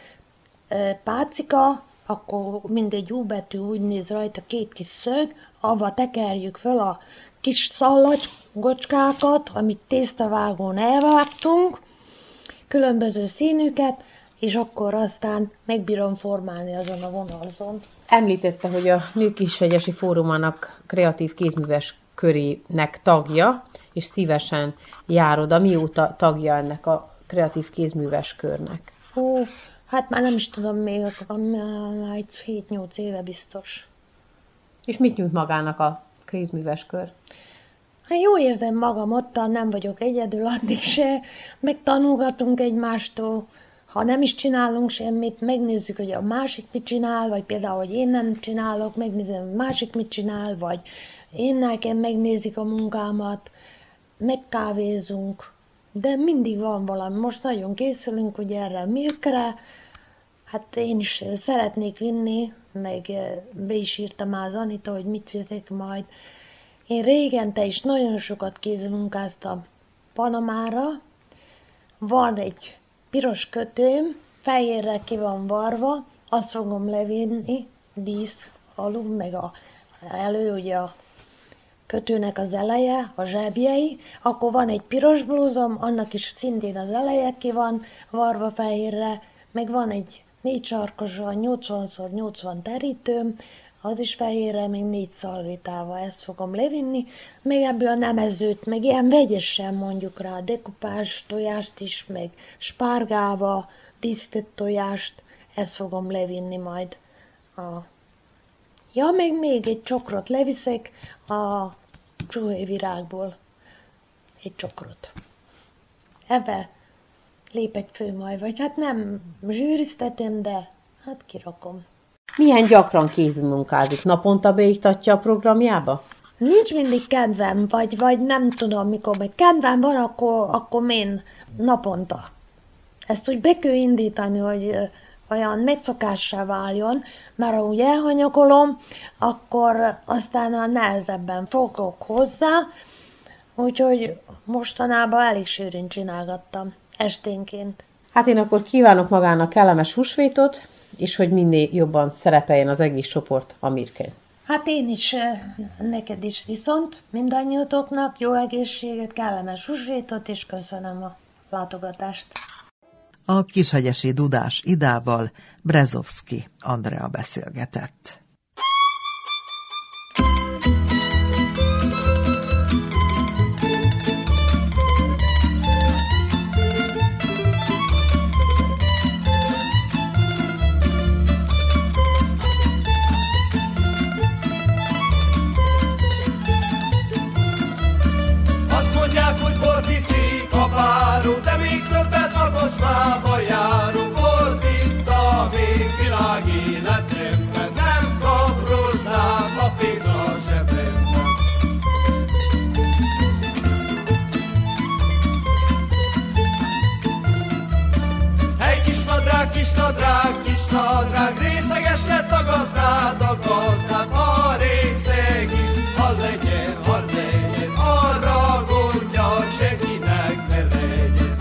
[SPEAKER 6] pácika, akkor mindegy U betű úgy néz rajta, 2 kis szög, avval tekerjük föl a kis szallagocskákat, amit tésztavágón elvágtunk, különböző színüket, és akkor aztán megbírom formálni azon a vonalzón.
[SPEAKER 5] Említette, hogy a Nők Kishegyesi Fórumának kreatív kézműves körének tagja, és szívesen jár oda. Mióta tagja ennek a kreatív kézműves körnek?
[SPEAKER 6] Hát már nem is tudom, még egy 7-8 éve biztos.
[SPEAKER 5] És mit nyújt magának a kézműves kör?
[SPEAKER 6] Hát jó érzem magam ottan, nem vagyok egyedül addig se, megtanulgatunk egymástól, ha nem is csinálunk semmit, megnézzük, hogy a másik mit csinál, vagy például, hogy én nem csinálok, megnézem, hogy másik mit csinál, vagy én nekem megnézik a munkámat, megkávézunk, de mindig van valami. Most nagyon készülünk, hogy erre a Mirkre, hát én is szeretnék vinni, meg be is írtam már az Anita, hogy mit vizek majd. Én régente is nagyon sokat kézmunkáztam Panamára, van egy piros kötőm, fehérre ki van varva, azt fogom levinni, dísz alul, meg elő, ugye a kötőnek az eleje, a zsebjei, akkor van egy piros blúzom, annak is szintén az eleje ki van varva fehérre, meg van egy 4 sarkos, 80x80 terítőm, az is fehérre, még 4 szalvétával, ezt fogom levinni, meg ebből a nemezőt, meg ilyen vegyesen mondjuk rá, dekupás tojást is, meg spárgába, díszített tojást, ezt fogom levinni majd. Ja, meg még egy csokrot leviszek a csuhévirágból. Egy csokrot. Ebbe lép egy főmaj, vagy hát nem zsűriztetem, de hát kirakom.
[SPEAKER 5] Milyen gyakran kézmunkázik? Naponta beiktatja a programjába?
[SPEAKER 6] Nincs mindig kedvem, vagy nem tudom mikor, vagy kedvem van, akkor én naponta. Ezt úgy be kell indítani, hogy olyan megszokássá váljon, mert ha úgy elhanyagolom, akkor aztán a nehezebben fogok hozzá, úgyhogy mostanában elég sűrűn csinálgattam esténként.
[SPEAKER 5] Hát én akkor kívánok magának kellemes húsvétot, és hogy minél jobban szerepeljen az egész csoport a Mirken.
[SPEAKER 6] Hát én is, neked is viszont mindannyiatoknak jó egészséget, kellemes húsvétot, és köszönöm a látogatást.
[SPEAKER 2] A kishegyesi dudás Idával Brezovszky Andrea beszélgetett.
[SPEAKER 7] Azt mondják, hogy bort iszik a páró, de még többet a kocsmába járunk. Bort itta még világéletemben, nem kap rozsdát a pénz a zsebemben. Hey kis nadrág, kis nadrág, kis nadrág, részeges lett a gazdád, ha részeg is, ha legyen, arra gondja, senkinek ne legyen.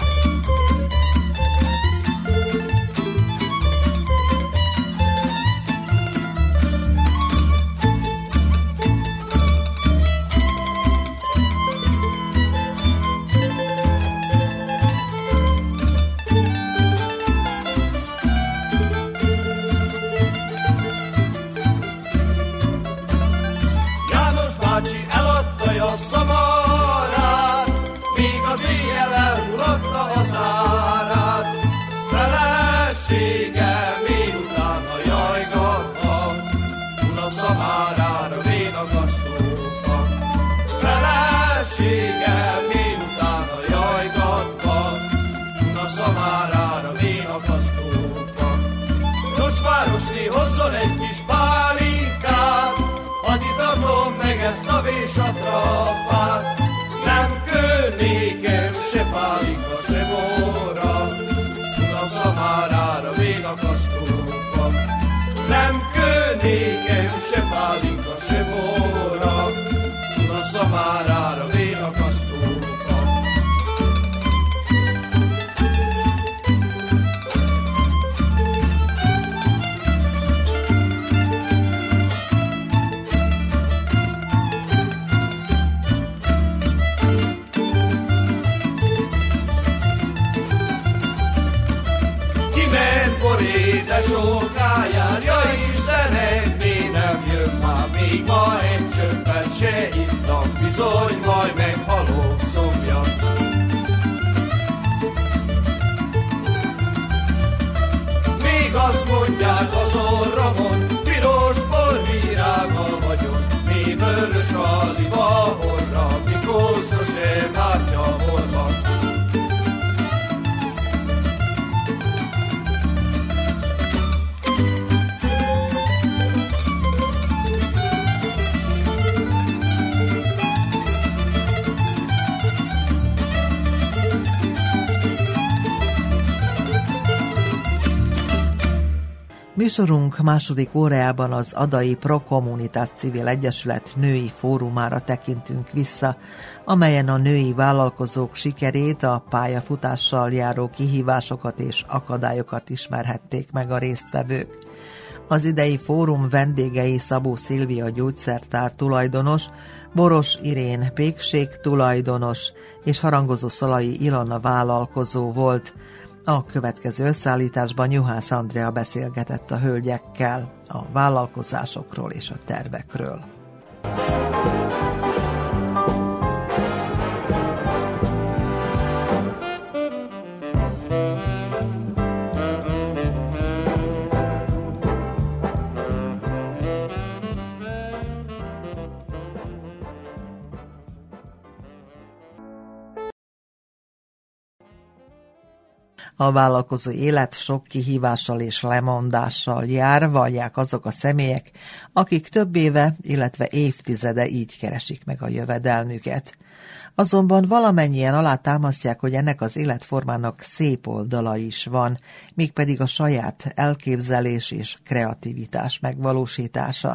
[SPEAKER 7] János bácsi eladta a szamarát, míg az éjjel elmulatta az árát. Felesége miután a jajgatva, Duna szamárára vénakasztófa. Felesége miután a jajgatva, Duna szamárára vénakasztófa. Kocsmárosné hozzon egy kis pálinkát, hadd itatom meg ezt a vésatrapát. Nem kő nékem se pálinka, se bóra, Duna szamárára vénakasztófa. Nem kő nékem se pálinka, se bóra, Duna szamárára vénakasztófa. Kiment boré, de sokájár, ja Istenem, mi nem jön már még ma egy csöppet se ittam, bizony majd meghalok szomja. Még azt mondják az orromon, piros borvirága vagyok, mi vörös a libahorra, mikor sosem látja morvat.
[SPEAKER 2] Műsorunk második órájában az Adai Pro Communitas Civil Egyesület női fórumára tekintünk vissza, amelyen a női vállalkozók sikerét, a pályafutással járó kihívásokat és akadályokat ismerhették meg a résztvevők. Az idei fórum vendégei Szabó Szilvia gyógyszertár tulajdonos, Boros Irén pékség tulajdonos és harangozó Szalai Ilona vállalkozó volt. A következő összeállításban Juhász Andrea beszélgetett a hölgyekkel a vállalkozásokról és a tervekről. A vállalkozói élet sok kihívással és lemondással jár, vallják azok a személyek, akik több éve, illetve évtizede így keresik meg a jövedelmüket. Azonban valamennyien alátámasztják, hogy ennek az életformának szép oldala is van, mégpedig a saját elképzelés és kreativitás megvalósítása.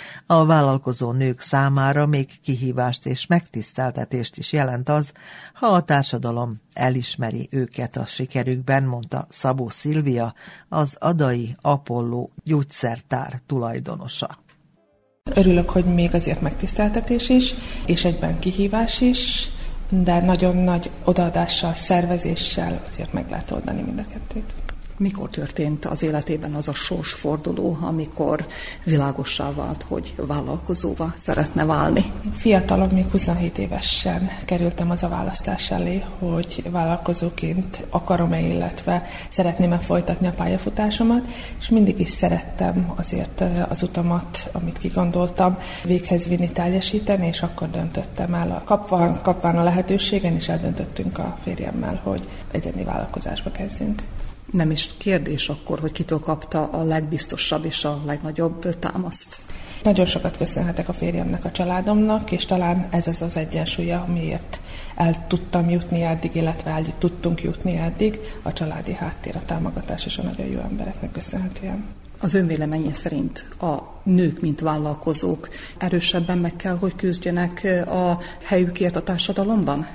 [SPEAKER 2] A vállalkozó nők számára még kihívást és megtiszteltetést is jelent az, ha a társadalom elismeri őket a sikerükben, mondta Szabó Szilvia, az Adai Apollo gyógyszertár tulajdonosa.
[SPEAKER 8] Örülök, hogy még azért megtiszteltetés is, és egyben kihívás is, de nagyon nagy odaadással, szervezéssel azért meg lehet oldani mind a kettőt.
[SPEAKER 4] Mikor történt az életében az a sorsforduló, amikor világossá vált, hogy vállalkozóvá szeretne válni?
[SPEAKER 8] Fiatalon, még 27 évesen kerültem az a választás elé, hogy vállalkozóként akarom-e, illetve szeretném-e folytatni a pályafutásomat, és mindig is szerettem azért az utamat, amit kigondoltam, véghez vinni, teljesíteni, és akkor döntöttem el, kapván a lehetőségen, és eldöntöttünk a férjemmel, hogy egyéni vállalkozásba kezdünk.
[SPEAKER 4] Nem is kérdés akkor, hogy kitől kapta a legbiztosabb és a legnagyobb támaszt.
[SPEAKER 8] Nagyon sokat köszönhetek a férjemnek, a családomnak, és talán ez az az egyensúlya, amiért el tudtam jutni eddig, illetve el tudtunk jutni eddig, a családi háttér, a támogatás és a nagyon jó embereknek köszönhetően.
[SPEAKER 4] Az ön véleménye szerint a nők, mint vállalkozók erősebben meg kell, hogy küzdjenek a helyükért a társadalomban?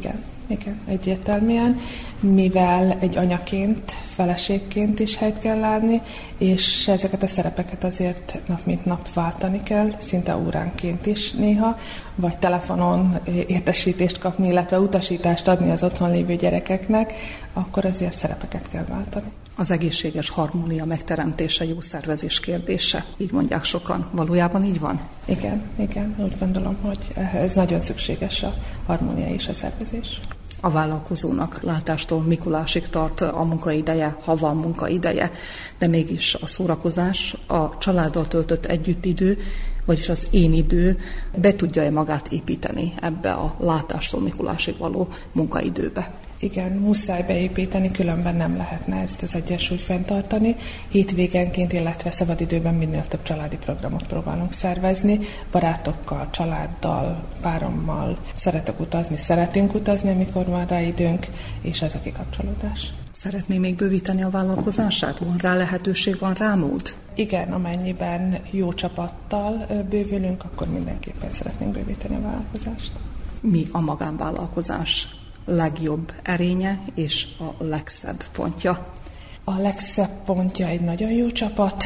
[SPEAKER 4] Igen, egyértelműen, mivel egy anyaként, feleségként is helyt kell állni, és ezeket a szerepeket azért nap mint nap váltani kell, szinte óránként is néha, vagy telefonon értesítést kapni, illetve utasítást adni az otthon lévő gyerekeknek, akkor azért szerepeket kell váltani. Az egészséges harmónia megteremtése, jó szervezés kérdése, így mondják sokan. Valójában így van?
[SPEAKER 8] Igen, úgy gondolom, hogy ez nagyon szükséges, a harmónia és a szervezés.
[SPEAKER 4] A vállalkozónak látástól Mikulásig tart a munkaideje, ha van munkaideje, de mégis a szórakozás, a családdal töltött együttidő, vagyis az én idő be tudja-e magát építeni ebbe a látástól Mikulásig való munkaidőbe?
[SPEAKER 8] Igen, muszáj beépíteni, különben nem lehetne ezt az egyensúlyt fenntartani. Hétvégenként, illetve szabadidőben minél több családi programot próbálunk szervezni. Barátokkal, családdal, párommal szeretünk utazni, amikor van rá időnk, és ez a kikapcsolódás.
[SPEAKER 4] Szeretné még bővíteni a vállalkozását? Van rá lehetőség, van rá mód?
[SPEAKER 8] Igen, amennyiben jó csapattal bővülünk, akkor mindenképpen szeretnénk bővíteni a vállalkozást.
[SPEAKER 4] Mi a magánvállalkozás legjobb erénye és a legszebb pontja?
[SPEAKER 8] A legszebb pontja egy nagyon jó csapat,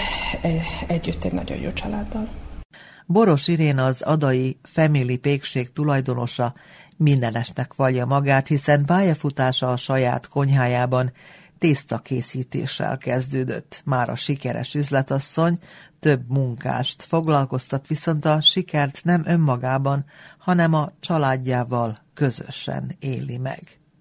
[SPEAKER 8] együtt egy nagyon jó családdal.
[SPEAKER 2] Boros Irén, az Adai Family pékség tulajdonosa, mindenesnek vallja magát, hiszen pályafutása a saját konyhájában tésztakészítéssel kezdődött. Már a sikeres üzletasszony több munkást foglalkoztat, viszont a sikert nem önmagában, hanem a családjával közösen éli meg.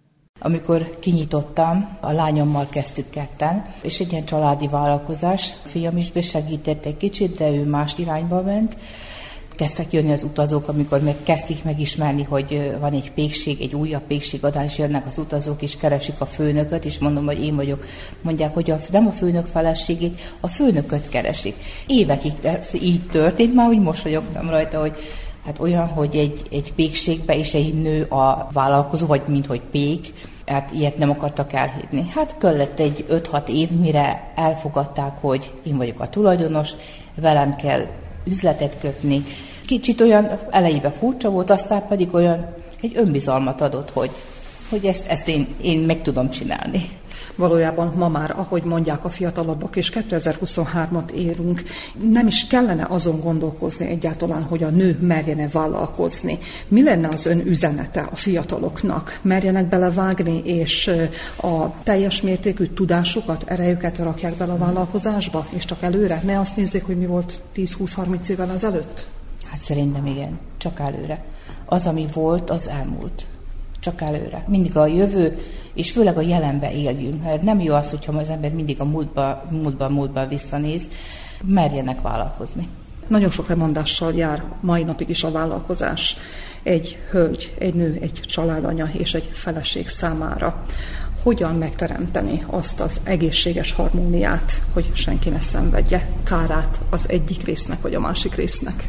[SPEAKER 9] Amikor kinyitottam, a lányommal kezdtük ketten, és egy ilyen családi vállalkozás. A fiam is besegített egy kicsit, de ő más irányba ment. Kezdtek jönni az utazók, amikor kezdték megismerni, hogy van egy pékség, egy újabb pékségadás, jönnek az utazók, és keresik a főnököt, és mondom, hogy én vagyok. Mondják, hogy nem a főnök feleségét, a főnököt keresik. Évekig ez így történt, már úgy mosolyogtam rajta, hogy hát olyan, hogy egy pékségbe is egy nő a vállalkozó, vagy mint hogy pék, hát ilyet nem akartak elhinni. Hát kellett egy 5-6 év, mire elfogadták, hogy én vagyok a tulajdonos, velem kell üzletet kötni. Kicsit olyan elejében furcsa volt, aztán pedig olyan egy önbizalmat adott, hogy ezt én meg tudom csinálni.
[SPEAKER 4] Valójában ma már, ahogy mondják a fiatalabbak, és 2023-at érünk, nem is kellene azon gondolkozni egyáltalán, hogy a nő merjene vállalkozni. Mi lenne az ön üzenete a fiataloknak? Merjenek belevágni, és a teljes mértékű tudásukat, erejüket rakják bele a vállalkozásba, és csak előre? Ne azt nézzék, hogy mi volt 10-20-30 évvel ezelőtt?
[SPEAKER 9] Hát szerintem igen, csak előre. Az, ami volt, az elmúlt. Csak előre. Mindig a jövő, és főleg a jelenbe éljünk. Nem jó az, hogyha az ember mindig a múltba visszanéz, merjenek vállalkozni.
[SPEAKER 4] Nagyon sok lemondással jár mai napig is a vállalkozás. Egy hölgy, egy nő, egy családanya és egy feleség számára. hogyan megteremteni azt az egészséges harmóniát, hogy senki ne szenvedje kárát az egyik résznek vagy a másik résznek?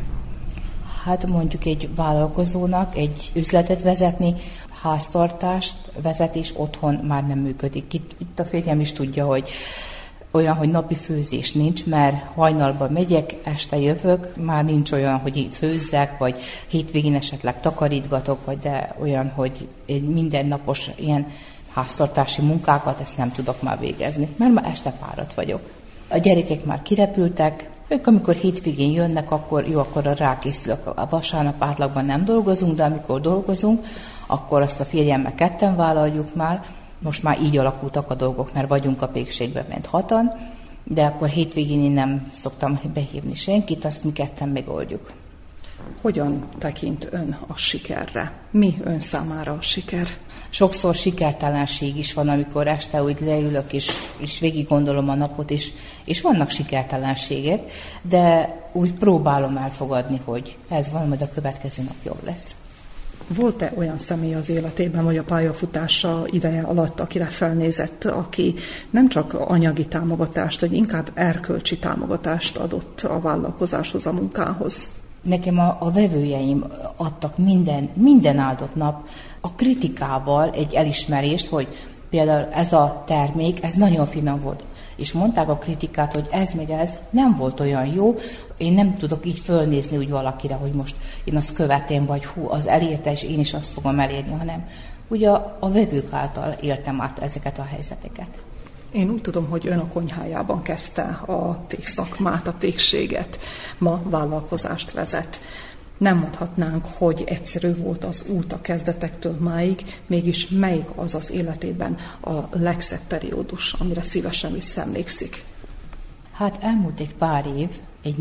[SPEAKER 9] Hát mondjuk egy vállalkozónak egy üzletet vezetni, háztartást vezetés otthon már nem működik. Itt a férjem is tudja, hogy olyan, hogy napi főzés nincs, mert hajnalban megyek, este jövök, már nincs olyan, hogy főzzek, vagy hétvégén esetleg takarítgatok, vagy de olyan, hogy egy mindennapos ilyen háztartási munkákat, ezt nem tudok már végezni, mert már este fáradt vagyok. A gyerekek már kirepültek, ők amikor hétvégén jönnek, akkor jó, akkor rákészülök. A vasárnap átlagban nem dolgozunk, de amikor dolgozunk, akkor azt a férjemmel ketten vállaljuk már. Most már így alakultak a dolgok, mert vagyunk a pékségben ment 6-an, de akkor hétvégén én nem szoktam behívni senkit, azt mi ketten megoldjuk.
[SPEAKER 4] Hogyan tekint ön a sikerre? Mi ön számára a siker?
[SPEAKER 9] Sokszor sikertelenség is van, amikor este úgy leülök, és végig gondolom a napot, és vannak sikertelenségek, de úgy próbálom elfogadni, hogy ez van, majd a következő nap jobb lesz.
[SPEAKER 4] Volt-e olyan személy az életében, vagy a pályafutása ideje alatt, akire felnézett, aki nem csak anyagi támogatást, vagy inkább erkölcsi támogatást adott a vállalkozáshoz, a munkához?
[SPEAKER 9] Nekem a vevőjeim adtak minden áldott nap a kritikával egy elismerést, hogy például ez a termék, ez nagyon finom volt. És mondták a kritikát, hogy ez meg ez nem volt olyan jó, én nem tudok így fölnézni úgy valakire, hogy most én azt követem, vagy hú, az elérte, és én is azt fogom elérni, hanem ugye a vevők által éltem át ezeket a helyzeteket.
[SPEAKER 4] Én úgy tudom, hogy ön a konyhájában kezdte a pékszakmát, a pékséget, ma vállalkozást vezet. Nem mondhatnánk, hogy egyszerű volt az út a kezdetektől máig, mégis melyik az az életében a legszebb periódus, amire szívesen visszaemlékszik?
[SPEAKER 9] Hát elmúlt egy pár év, egy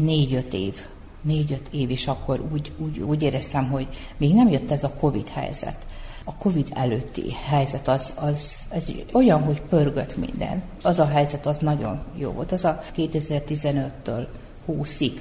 [SPEAKER 9] 4-5 év, és akkor úgy éreztem, hogy még nem jött ez a Covid helyzet. A Covid előtti helyzet az olyan, hogy pörgött minden. Az a helyzet az nagyon jó volt. Az a 2015-től 20-ig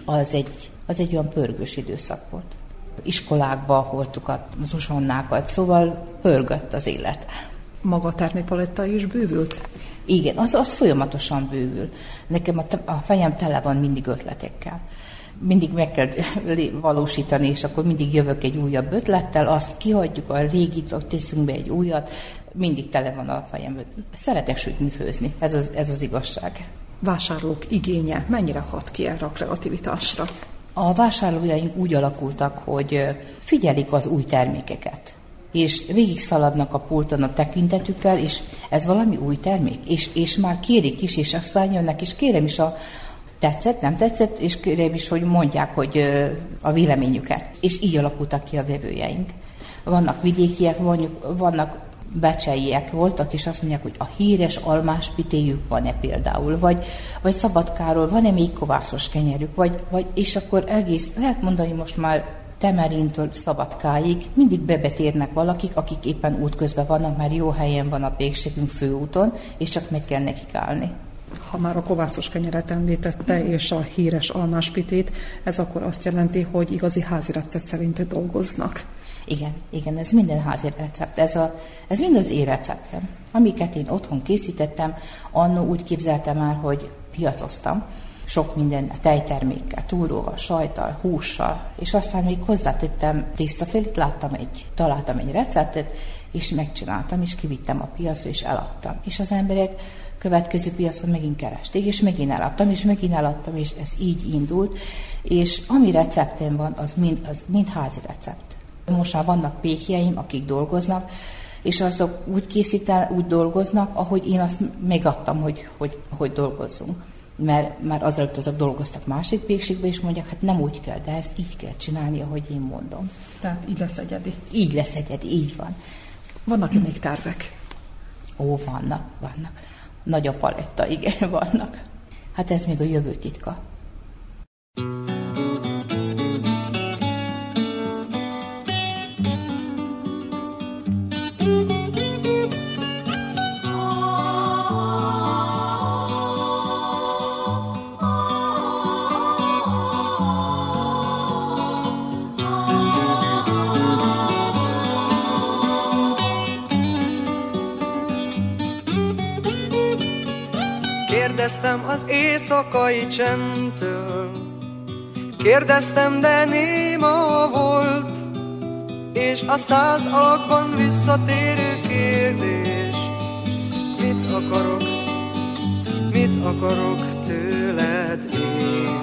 [SPEAKER 9] az egy olyan pörgős időszak volt. Iskolákban hordtuk az uzsonnákat, szóval pörgött az élet.
[SPEAKER 4] Maga a termékpaletta is bővült?
[SPEAKER 9] Igen, az folyamatosan bővül. Nekem a fejem tele van mindig ötletekkel. Mindig meg kell valósítani, és akkor mindig jövök egy újabb ötlettel, azt kihagyjuk, a régit, ott teszünk be egy újat, mindig tele van a fejem. Szeretek sütni, főzni, ez az igazság.
[SPEAKER 4] Vásárlók igénye mennyire hat ki erre a kreativitásra?
[SPEAKER 9] A vásárlójaink úgy alakultak, hogy figyelik az új termékeket, és végig szaladnak a pulton a tekintetükkel, és ez valami új termék, és már kérik is, és aztán jönnek, és kérem is tetszett, nem tetszett, és kérem is, hogy mondják, hogy a véleményüket. És így alakultak ki a vevőjeink. Vannak vidékiek, vannak becseiek voltak, és azt mondják, hogy a híres almáspitéjük van-e például, vagy Szabadkáról van-e még kovászos kenyerük, és akkor egész, lehet mondani most már Temerintől Szabadkáig mindig bebetérnek valakik, akik éppen útközben vannak, már jó helyen van a pékségünk főúton, és csak meg kell nekik állni.
[SPEAKER 4] Ha már a kovászos kenyeret említette, és a híres almáspitét, ez akkor azt jelenti, hogy igazi házi recept szerint dolgoznak.
[SPEAKER 9] Igen, ez minden házi recept. Ez mind az én receptem. Amiket én otthon készítettem, annó úgy képzeltem el, hogy piacoztam. Sok minden tejtermékkel, túróval, sajttal, hússal, és aztán még hozzátettem tésztafélit, találtam egy receptet, és megcsináltam, és kivittem a piacra, és eladtam. És az emberek következő piacon megint keresték, és megint eladtam, és ez így indult. És ami receptem van, az mind házi recept. Most már vannak pékjeim, akik dolgoznak, és azok úgy dolgoznak, ahogy én azt megadtam, hogy dolgozzunk. Mert már azelőtt azok dolgoztak másik pékségbe, és mondják, hát nem úgy kell, de ezt így kell csinálni, ahogy én mondom.
[SPEAKER 4] Tehát így lesz egyedi.
[SPEAKER 9] Így lesz egyedi, így van.
[SPEAKER 4] Vannak még tervek?
[SPEAKER 9] Vannak. Nagy a paletta, igen, vannak. Hát ez még a jövő titka.
[SPEAKER 10] Kérdeztem az éjszakai csendtől, kérdeztem, de néma volt, és a 100 alakban visszatérő kérdés: mit akarok tőled én?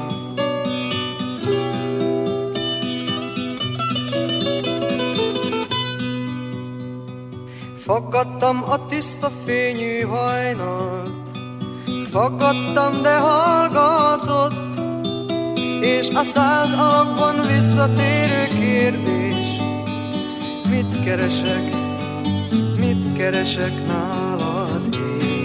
[SPEAKER 10] Faggattam a tiszta fényű hajnalt, faggattam, de hallgatott, és a 100 alakban visszatérő kérdés: mit keresek nálad én?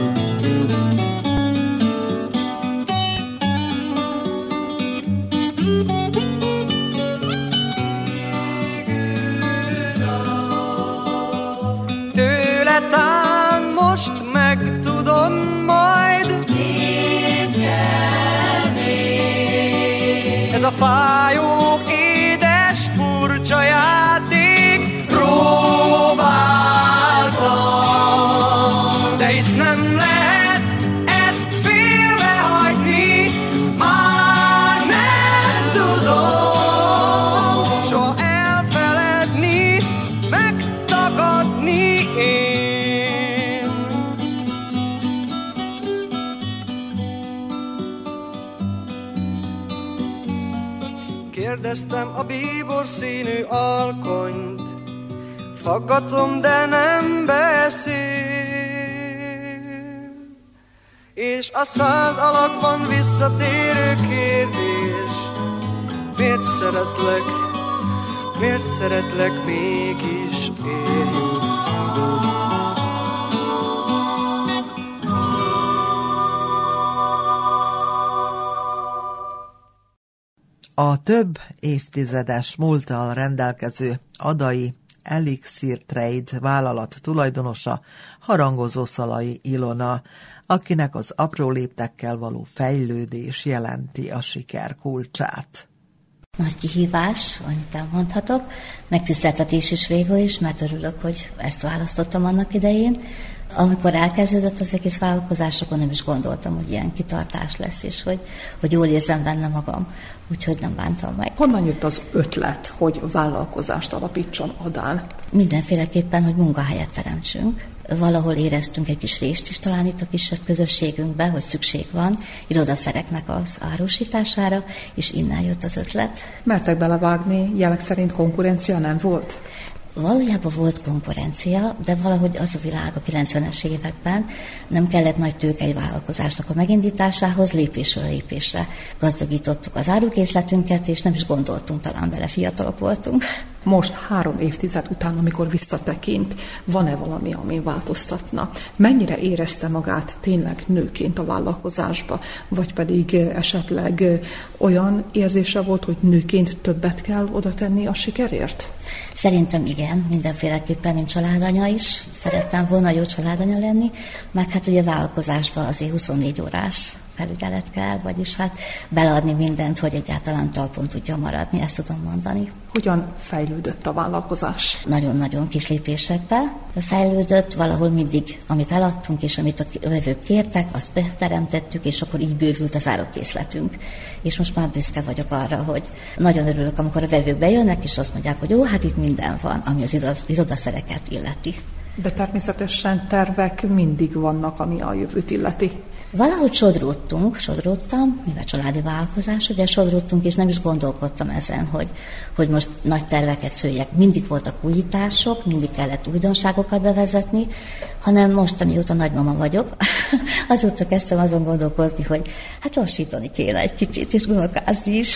[SPEAKER 10] Tőle tán most megtudom majd, mit kell még. Ez a fájó, édes, furcsa játék, próbáltam, de hisz nem lehet ezt félrehagyni, már nem tudom soha elfeledni, megtagadni én. Kérdeztem a bíbor színű alkonyt, faggatom, de nem beszél, és a 100 alakban visszatérő kérdés: miért szeretlek mégis én?
[SPEAKER 2] A több évtizedes múlttal rendelkező Adai Elixir Trade vállalat tulajdonosa Harangozó Szalai Ilona, akinek az apró léptekkel való fejlődés jelenti a siker kulcsát.
[SPEAKER 11] Nagy kihívás, annyit elmondhatok, megtiszteltetés is végül is, mert örülök, hogy ezt választottam annak idején. Amikor elkezdődött az egész vállalkozás, akkor nem is gondoltam, hogy ilyen kitartás lesz, és hogy jól érzem benne magam, úgyhogy nem bántam meg.
[SPEAKER 4] Honnan jött az ötlet, hogy vállalkozást alapítson Adán?
[SPEAKER 11] Mindenféleképpen, hogy munkahelyet teremtsünk. Valahol éreztünk egy kis rést is talán itt a kisebb közösségünkben, hogy szükség van irodaszereknek az árusítására, és innen jött az ötlet. Mertek belevágni, jelek szerint konkurencia nem volt? Valójában volt konkurencia, de valahogy az a világ a 90-es években nem kellett nagy tőke egy vállalkozásnak a megindításához, lépésről lépésre gazdagítottuk az árukészletünket, és nem is gondoltunk talán bele, fiatalok voltunk.
[SPEAKER 4] Most 3 évtized után, amikor visszatekint, van-e valami, ami változtatna? Mennyire érezte magát tényleg nőként a vállalkozásba, vagy pedig esetleg olyan érzése volt, hogy nőként többet kell oda tenni a sikerért?
[SPEAKER 11] Szerintem igen, mindenféleképpen, mint családanya is. Szerettem volna jó családanya lenni, meg hát ugye vállalkozásba azért 24 órás felügyelet kell, vagyis hát beleadni mindent, hogy egyáltalán talpon tudja maradni, ezt tudom mondani.
[SPEAKER 4] Hogyan fejlődött a vállalkozás?
[SPEAKER 11] Nagyon-nagyon kis lépésekbe fejlődött, valahol mindig, amit eladtunk, és amit a vevők kértek, azt beteremtettük, és akkor így bővült az árukészletünk. És most már büszke vagyok arra, hogy nagyon örülök, amikor a vevők bejönnek, és azt mondják, hogy jó, hát itt minden van, ami az irodaszereket illeti.
[SPEAKER 4] De természetesen tervek mindig vannak, ami a jövőt illeti.
[SPEAKER 11] Valahogy sodródtam, mivel családi vállalkozás, ugye sodródtunk, és nem is gondolkodtam ezen, hogy most nagy terveket szőjek. Mindig voltak újítások, mindig kellett újdonságokat bevezetni, hanem most, amióta nagymama vagyok, azóta kezdtem azon gondolkozni, hogy hát lassítani kéne egy kicsit, és gondolkázni is.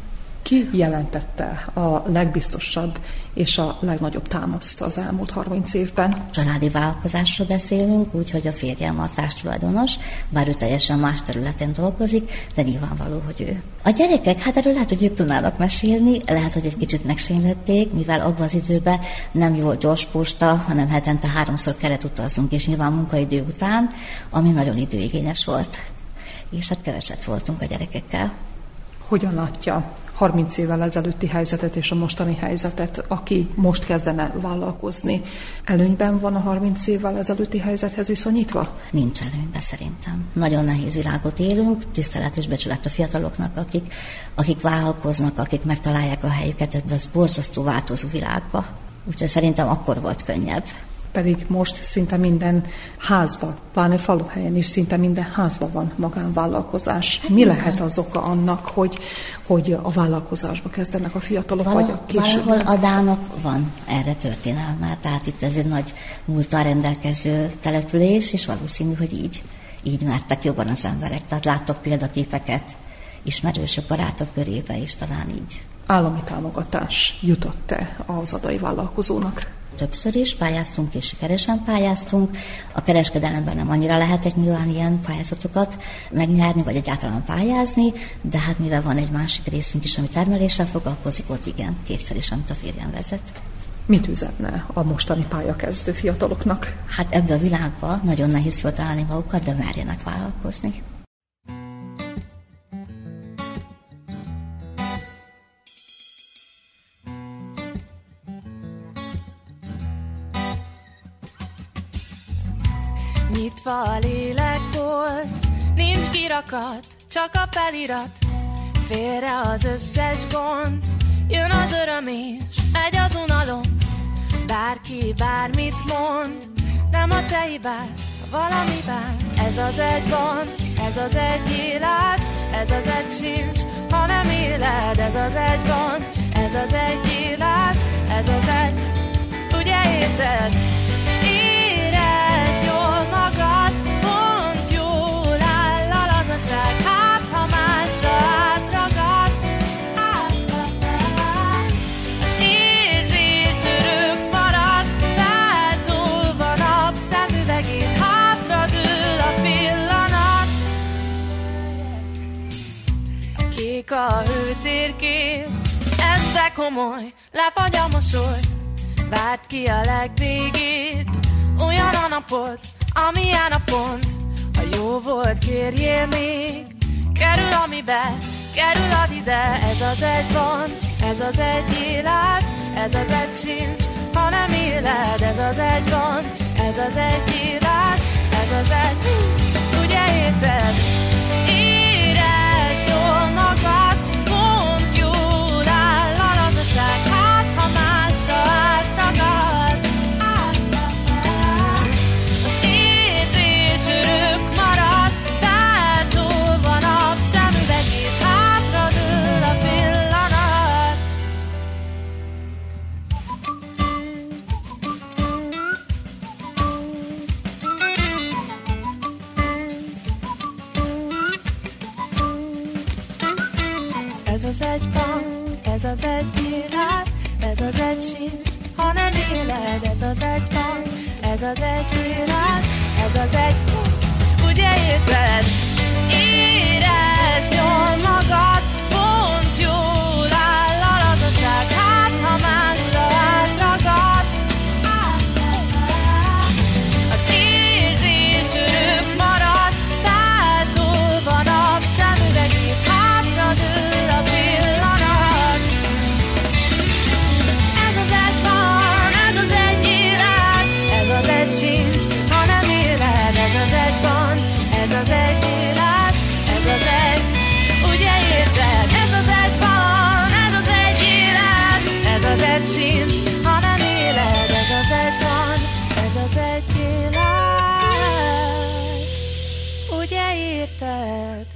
[SPEAKER 4] Ki jelentette a legbiztosabb és a legnagyobb támaszt az elmúlt 30 évben?
[SPEAKER 11] Családi vállalkozásról beszélünk, úgyhogy a férjem a társtulajdonos, bár ő teljesen más területen dolgozik, de nyilvánvaló, hogy ő. A gyerekek, hát erről lehet, hogy ők tudnának mesélni, lehet, hogy egy kicsit megsénylették, mivel abban az időben nem volt gyors posta, hanem hetente 3-szor kellett utaznunk, és nyilván munkaidő után, ami nagyon időigényes volt. És hát keveset voltunk a gyerekekkel.
[SPEAKER 4] Hogyan látja 30 évvel ezelőtti helyzetet és a mostani helyzetet, aki most kezdene vállalkozni. Előnyben van a 30 évvel ezelőtti helyzethez viszonyítva?
[SPEAKER 11] Nincs előnyben szerintem. Nagyon nehéz világot élünk, tisztelet és becsület a fiataloknak, akik vállalkoznak, akik megtalálják a helyüket ebben az borzasztó változó világba. Úgyhogy szerintem akkor volt könnyebb.
[SPEAKER 4] Pedig most szinte minden házban, pláne faluhelyen is szinte minden házban van magánvállalkozás. Mi lehet az oka annak, hogy a vállalkozásba kezdenek a fiatalok, vagy a később?
[SPEAKER 11] Valahol Adának van erre történelme, tehát itt ez egy nagy múlttal rendelkező település, és valószínű, hogy így mertek jobban az emberek. Tehát láttok példaképeket ismerősök, barátok körébe is, talán így.
[SPEAKER 4] Állami támogatás jutott-e az adai vállalkozónak?
[SPEAKER 11] Többször is pályáztunk, és sikeresen pályáztunk. A kereskedelemben nem annyira lehetett nyilván ilyen pályázatokat megnyerni, vagy egyáltalán pályázni, de hát mivel van egy másik részünk is, ami termeléssel foglalkozik, ott igen, kétszer is, amit a férjem vezet.
[SPEAKER 4] Mit üzenne a mostani pályakezdő fiataloknak?
[SPEAKER 11] Hát ebben a világban nagyon nehéz feltalálni magukat, de merjenek vállalkozni.
[SPEAKER 12] Nyitva a lélekbolt, nincs kirakat, csak a felirat. Félre az összes gond, jön az öröm és megy az unalom. Bárki bármit mond, nem a te hibád, valamiben. Ez az egy van, ez az egy élet, ez az egy sincs, ha nem éled. Ez az egy van, ez az egy élet, ez az egy, ugye érted? Érezd jól magad, pont jól áll a lazaság, hát ha másra átragad. Az érzés örök marad, feltolva napszemüvegét, hátradől a pillanat. Kék a hőtérkép, ez de komoly, lefagy a mosoly. Várd ki a legvégét, olyan a napod, amilyen a pont. Ha jó volt, kérjél még, kerül amibe, kerülad ide. Ez az egy van, ez az egy élet, ez az egy sincs, ha nem éled. Ez az egy van, ez az egy élet, ez az egy, ugye érted? Érezd jól magad, pont jól áll a lazaság, hát ha másra átragad. Az érzés örök marad, feltolva napszemüvegét, hátradől a pillanat. Ez az egy van, ez az egy élet, ez az egy sincs, ha nem éled. Ez az egy van, ez az egy élet, ez az egy, ugye érted? Érezd jól magad, pont jól áll a lazaság, hát ha másra átragad. Az érzés örök marad, feltolva napszemüvegét, hátradől a pillanat. Ez az egy van, ez az egy élet, ez az egy sincs, ha nem éled. Ez az egy van, ez az egy élet, ez az egy, ugye érted? Ez az egy van, ez az egy élet, ez az egy sincs, ha nem éled. Ez az egy van, ez az egy élet, ugye érted?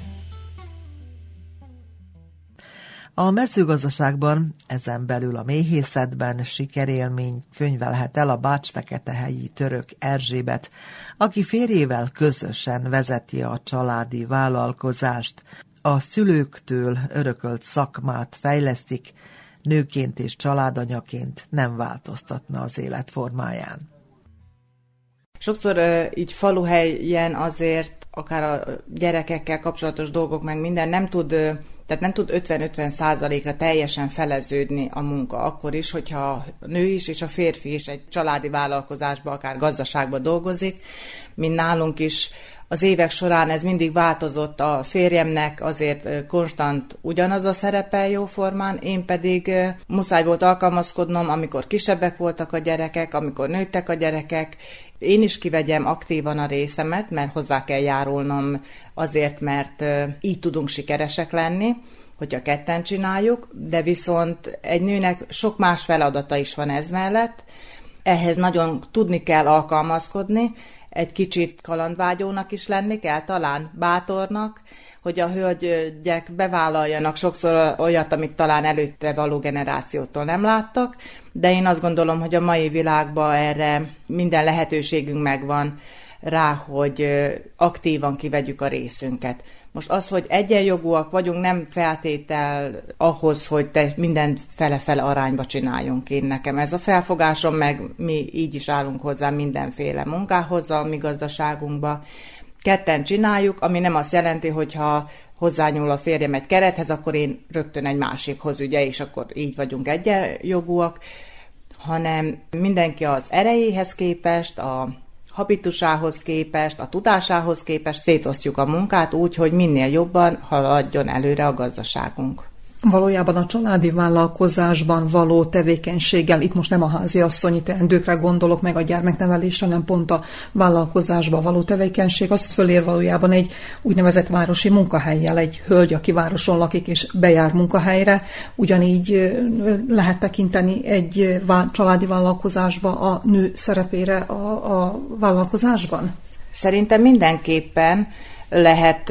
[SPEAKER 2] A mezőgazdaságban, ezen belül a méhészetben sikerélmény könyvelhet el a bács-feketehelyi Török Erzsébet, aki férjével közösen vezeti a családi vállalkozást. A szülőktől örökölt szakmát fejlesztik, nőként és családanyaként nem változtatna az életformáján.
[SPEAKER 13] Sokszor így faluhelyen azért akár a gyerekekkel kapcsolatos dolgok, meg minden nem tud
[SPEAKER 14] Tehát nem tud 50-50%-ra teljesen feleződni a munka. Akkor is, hogyha a nő is és a férfi is egy családi vállalkozásban, akár gazdaságban dolgozik, mint nálunk is. Az évek során ez mindig változott, a férjemnek azért konstant ugyanaz a szerepe jóformán, én pedig muszáj volt alkalmazkodnom, amikor kisebbek voltak a gyerekek, amikor nőttek a gyerekek. Én is kivegyem aktívan a részemet, mert hozzá kell járulnom azért, mert így tudunk sikeresek lenni, hogyha ketten csináljuk, de viszont egy nőnek sok más feladata is van ez mellett. Ehhez nagyon tudni kell alkalmazkodni, egy kicsit kalandvágyónak is lenni kell, talán bátornak, hogy a hölgyek bevállaljanak sokszor olyat, amit talán előtte való generációtól nem láttak, de én azt gondolom, hogy a mai világban erre minden lehetőségünk megvan rá, hogy aktívan kivegyük a részünket. Most az, hogy egyenjogúak vagyunk, nem feltétel ahhoz, hogy te mindent fele-fele arányba csináljunk. Én nekem ez a felfogásom, meg mi így is állunk hozzá mindenféle munkához a mi gazdaságunkba. Ketten csináljuk, ami nem azt jelenti, hogy ha hozzányúl a férjem egy kerethez, akkor én rögtön egy másikhoz, ugye, és akkor így vagyunk egyenjogúak, hanem mindenki az erejéhez képest, a habitusához képest, a tudásához képest szétosztjuk a munkát úgy, hogy minél jobban haladjon előre a gazdaságunk.
[SPEAKER 4] Valójában a családi vállalkozásban való tevékenységgel, itt most nem a háziasszonyi teendőkre gondolok, meg a gyermeknevelésre, hanem pont a vállalkozásban való tevékenység, azt fölér valójában egy úgynevezett városi munkahellyel, egy hölgy, aki városon lakik és bejár munkahelyre, ugyanígy lehet tekinteni egy családi vállalkozásba a nő szerepére a vállalkozásban?
[SPEAKER 14] Szerintem mindenképpen lehet,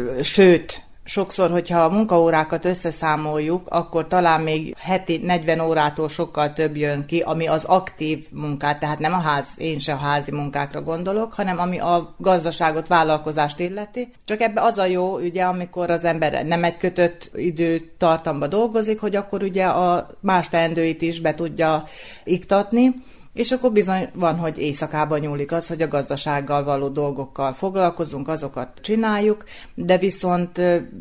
[SPEAKER 14] sőt, sokszor, hogyha a munkaórákat összeszámoljuk, akkor talán még heti 40 órától sokkal több jön ki, ami az aktív munkát, tehát nem én se a házi munkákra gondolok, hanem ami a gazdaságot, vállalkozást illeti. Csak ebbe az a jó, ugye, amikor az ember nem egy kötött időtartamba dolgozik, hogy akkor ugye a más teendőit is be tudja iktatni, és akkor bizony van, hogy éjszakában nyúlik az, hogy a gazdasággal való dolgokkal foglalkozunk, azokat csináljuk, de viszont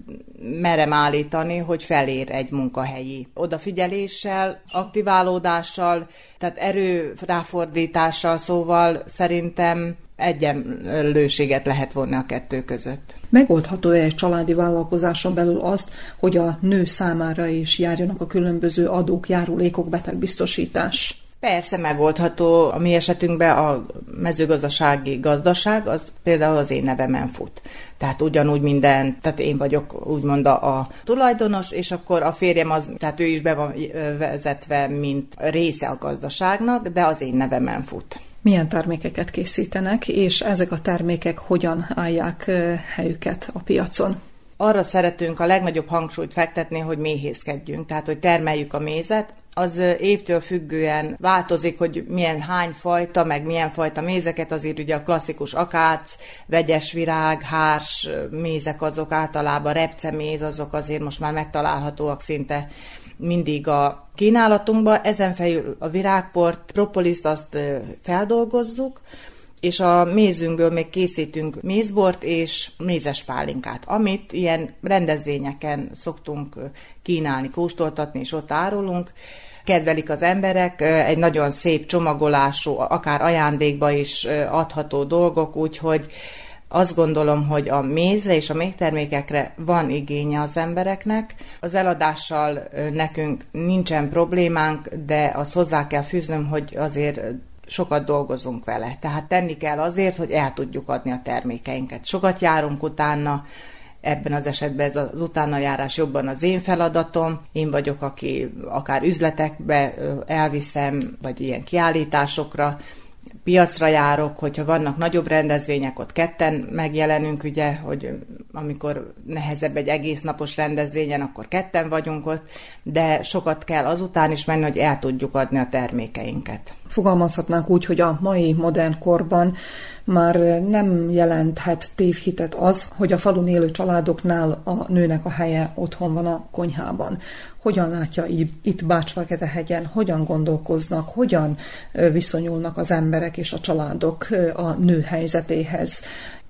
[SPEAKER 14] merem állítani, hogy felér egy munkahelyi odafigyeléssel, aktiválódással, tehát erőráfordítással, szóval szerintem egyenlőséget lehet vonni a kettő között.
[SPEAKER 4] Megoldható-e egy családi vállalkozáson belül azt, hogy a nő számára is járjanak a különböző adók, járulékok, betegbiztosítás?
[SPEAKER 14] Persze megoldható. A mi esetünkben a mezőgazdasági gazdaság, az például az én nevemen fut. Tehát ugyanúgy minden, tehát én vagyok úgymond a tulajdonos, és akkor a férjem tehát ő is be van vezetve, mint része a gazdaságnak, de az én nevemen fut.
[SPEAKER 4] Milyen termékeket készítenek, és ezek a termékek hogyan állják helyüket a piacon?
[SPEAKER 14] Arra szeretünk a legnagyobb hangsúlyt fektetni, hogy méhészkedjünk, tehát hogy termeljük a mézet. Az évtől függően változik, hogy hány fajta, meg milyen fajta mézeket, azért ugye a klasszikus akác, vegyes virág, hárs mézek, azok általában repceméz, azok azért most már megtalálhatóak szinte mindig a kínálatunkban. Ezen felül a virágport, propoliszt azt feldolgozzuk, és a mézünkből még készítünk mézbort és mézes pálinkát, amit ilyen rendezvényeken szoktunk kínálni, kóstoltatni, és ott árulunk. Kedvelik az emberek, egy nagyon szép csomagolású, akár ajándékba is adható dolgok, úgyhogy azt gondolom, hogy a mézre és a méztermékekre van igénye az embereknek. Az eladással nekünk nincsen problémánk, de azt hozzá kell fűznöm, hogy azért sokat dolgozunk vele. Tehát tenni kell azért, hogy el tudjuk adni a termékeinket. Sokat járunk utána, ebben az esetben ez az utánajárás jobban az én feladatom. Én vagyok, aki akár üzletekbe elviszem, vagy ilyen kiállításokra, piacra járok, hogyha vannak nagyobb rendezvények, ott ketten megjelenünk, ugye, hogy amikor nehezebb egy egész napos rendezvényen, akkor ketten vagyunk ott, de sokat kell azután is menni, hogy el tudjuk adni a termékeinket.
[SPEAKER 4] Fogalmazhatnánk úgy, hogy a mai modern korban már nem jelenthet tévhitet az, hogy a falun élő családoknál a nőnek a helye otthon van a konyhában. Hogyan látja itt Bács-Feketehegyen, hogyan gondolkoznak, hogyan viszonyulnak az emberek és a családok a nő helyzetéhez?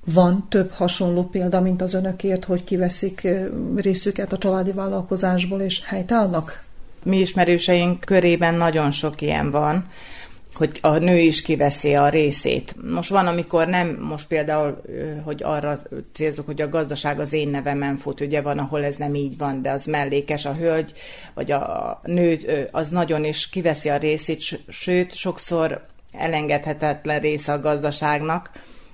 [SPEAKER 4] Van több hasonló példa, mint az önökért, hogy kiveszik részüket a családi vállalkozásból és helytállnak?
[SPEAKER 14] Mi ismerőseink körében nagyon sok ilyen van, hogy a nő is kiveszi a részét. Most van, amikor nem, most például, hogy arra célzok, hogy a gazdaság az én nevemen fut, ugye van, ahol ez nem így van, de az mellékes, a hölgy, vagy a nő, az nagyon is kiveszi a részét, sőt, sokszor elengedhetetlen része a gazdaságnak,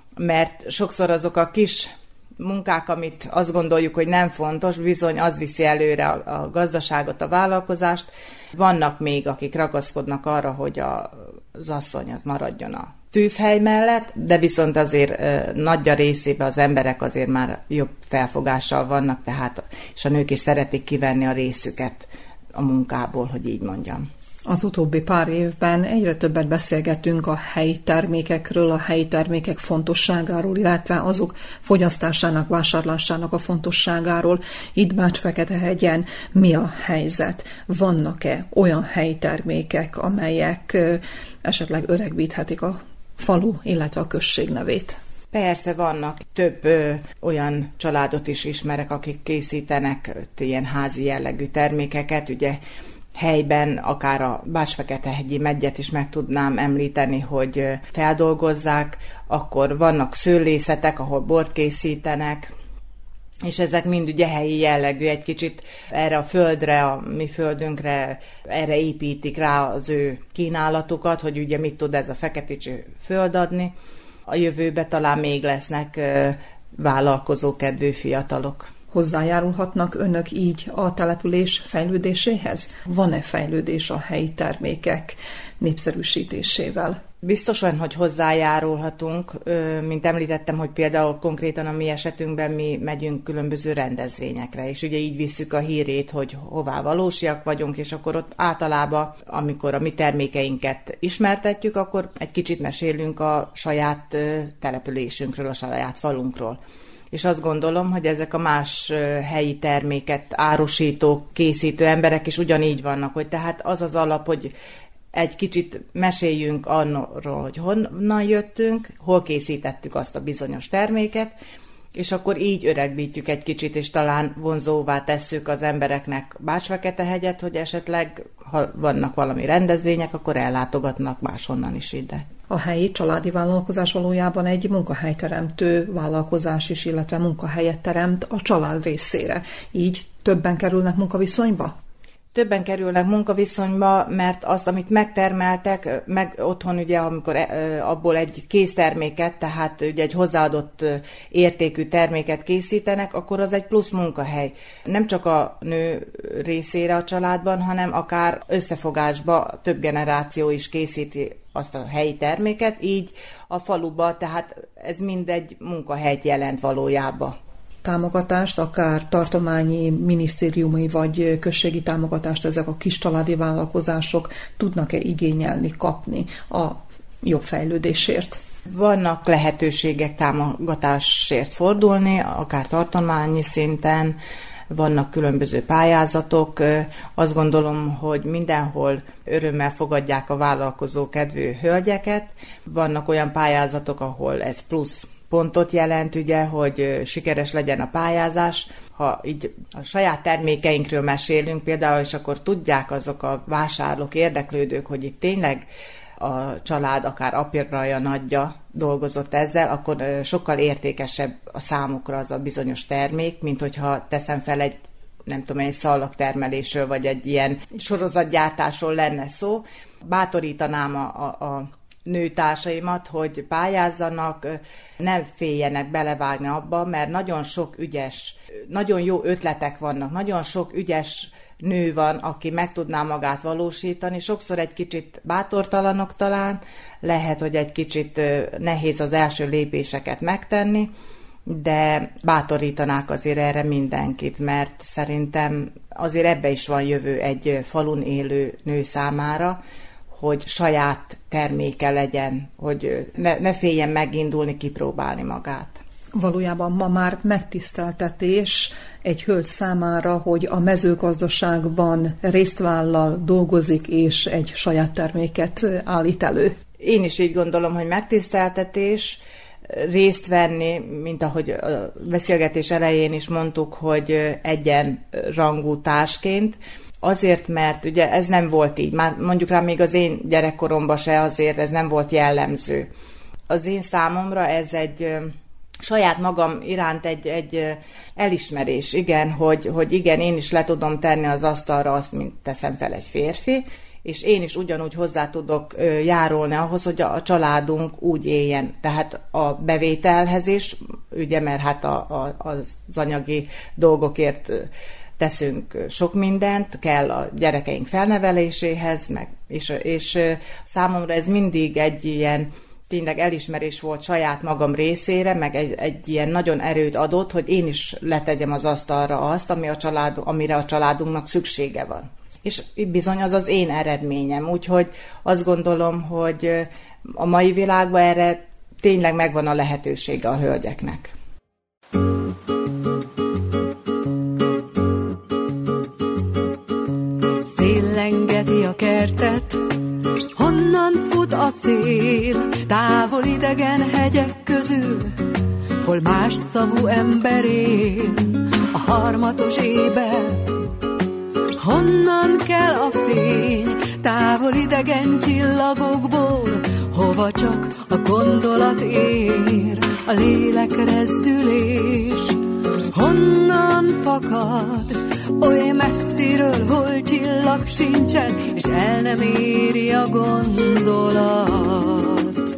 [SPEAKER 14] mert sokszor azok a kis munkák, amit azt gondoljuk, hogy nem fontos, bizony az viszi előre a gazdaságot, a vállalkozást. Vannak még, akik ragaszkodnak arra, hogy az asszony az maradjon a tűzhely mellett, de viszont azért nagy részében az emberek azért már jobb felfogással vannak, tehát, és a nők is szeretik kivenni a részüket a munkából, hogy így mondjam.
[SPEAKER 4] Az utóbbi pár évben egyre többet beszélgetünk a helyi termékekről, a helyi termékek fontosságáról, illetve azok fogyasztásának, vásárlásának a fontosságáról. Itt Bács-Feketehegyen mi a helyzet? Vannak-e olyan helyi termékek, amelyek esetleg öregbíthetik a falu, illetve a község nevét?
[SPEAKER 14] Persze vannak. Több olyan családot is ismerek, akik készítenek ilyen házi jellegű termékeket, ugye helyben, akár a Bács-Feketehegyi Medgyet is meg tudnám említeni, hogy feldolgozzák, akkor vannak szőlészetek, ahol bort készítenek, és ezek mind ugye helyi jellegű, egy kicsit erre a földre, a mi földünkre, erre építik rá az ő kínálatukat, hogy ugye mit tud ez a feketítső föld adni. A jövőben talán még lesznek vállalkozókedvű fiatalok.
[SPEAKER 4] Hozzájárulhatnak önök így a település fejlődéséhez? Van-e fejlődés a helyi termékek népszerűsítésével?
[SPEAKER 14] Biztosan, hogy hozzájárulhatunk. Mint említettem, hogy például konkrétan a mi esetünkben mi megyünk különböző rendezvényekre, és ugye így visszük a hírét, hogy hová valósiak vagyunk, és akkor ott általában, amikor a mi termékeinket ismertetjük, akkor egy kicsit mesélünk a saját településünkről, a saját falunkról. És azt gondolom, hogy ezek a más helyi terméket árusító, készítő emberek is ugyanígy vannak, hogy tehát az az alap, hogy egy kicsit meséljünk arról, hogy honnan jöttünk, hol készítettük azt a bizonyos terméket, és akkor így öregbítjük egy kicsit, és talán vonzóvá tesszük az embereknek Bács-Feketehegyet, hogy esetleg, ha vannak valami rendezvények, akkor ellátogatnak máshonnan is ide.
[SPEAKER 4] A helyi családi vállalkozás valójában egy munkahelyteremtő vállalkozás is, illetve munkahelyet teremt a család részére. Így többen kerülnek munkaviszonyba?
[SPEAKER 14] Többen kerülnek munkaviszonyba, mert azt, amit megtermeltek, meg otthon ugye, amikor abból egy készterméket, tehát ugye egy hozzáadott értékű terméket készítenek, akkor az egy plusz munkahely. Nem csak a nő részére a családban, hanem akár összefogásba több generáció is készíti azt a helyi terméket, így a faluba, tehát ez mindegy munkahelyt jelent valójában.
[SPEAKER 4] Támogatást, akár tartományi, minisztériumi vagy községi támogatást ezek a kis családi vállalkozások tudnak-e igényelni, kapni a jobb fejlődésért?
[SPEAKER 14] Vannak lehetőségek támogatásért fordulni, akár tartományi szinten, vannak különböző pályázatok. Azt gondolom, hogy mindenhol örömmel fogadják a vállalkozókedvű hölgyeket. Vannak olyan pályázatok, ahol ez plusz pontot jelent, ugye, hogy sikeres legyen a pályázás. Ha így a saját termékeinkről mesélünk például, és akkor tudják azok a vásárlók, érdeklődők, hogy itt tényleg a család, akár apja, nagyja dolgozott ezzel, akkor sokkal értékesebb a számukra az a bizonyos termék, mint hogyha teszem fel egy, nem tudom, egy szalagtermelésről, vagy egy ilyen sorozatgyártásról lenne szó. Bátorítanám a nőtársaimat, hogy pályázzanak, ne féljenek belevágni abba, mert nagyon sok ügyes, nagyon jó ötletek vannak, nagyon sok ügyes nő van, aki meg tudná magát valósítani. Sokszor egy kicsit bátortalanok talán, lehet, hogy egy kicsit nehéz az első lépéseket megtenni, de bátorítanák azért erre mindenkit, mert szerintem azért ebbe is van jövő egy falun élő nő számára, hogy saját terméke legyen, hogy ne féljen megindulni, kipróbálni magát.
[SPEAKER 4] Valójában ma már megtiszteltetés egy hölgy számára, hogy a mezőgazdaságban részt vállal, dolgozik és egy saját terméket állít elő.
[SPEAKER 14] Én is így gondolom, hogy megtiszteltetés, részt venni, mint ahogy a beszélgetés elején is mondtuk, hogy egyenrangú társként. Azért, mert ugye ez nem volt így. Már mondjuk rá még az én gyerekkoromban se azért ez nem volt jellemző. Az én számomra ez egy saját magam iránt egy elismerés, igen, hogy igen, én is le tudom tenni az asztalra azt, mint teszem fel egy férfi, és én is ugyanúgy hozzá tudok járulni ahhoz, hogy a családunk úgy éljen. Tehát a bevételhez is, ugye, mert hát az anyagi dolgokért teszünk sok mindent, kell a gyerekeink felneveléséhez, és számomra ez mindig egy ilyen tényleg elismerés volt saját magam részére, meg egy ilyen nagyon erőt adott, hogy én is letegyem az asztalra azt, amire a családunknak szüksége van. És bizony az én eredményem, úgyhogy azt gondolom, hogy a mai világban erre tényleg megvan a lehetősége a hölgyeknek.
[SPEAKER 15] Széllengeti a kertet, honnan fut a szél, távol idegen hegyek közül, hol más szavú ember él, a harmatos éjben. Honnan kell a fény, távol idegen csillagokból, hova csak a gondolat ér, a lélek rezdülés. Honnan fakad, oly messziről, hol csillag sincsen, és el nem éri a gondolat.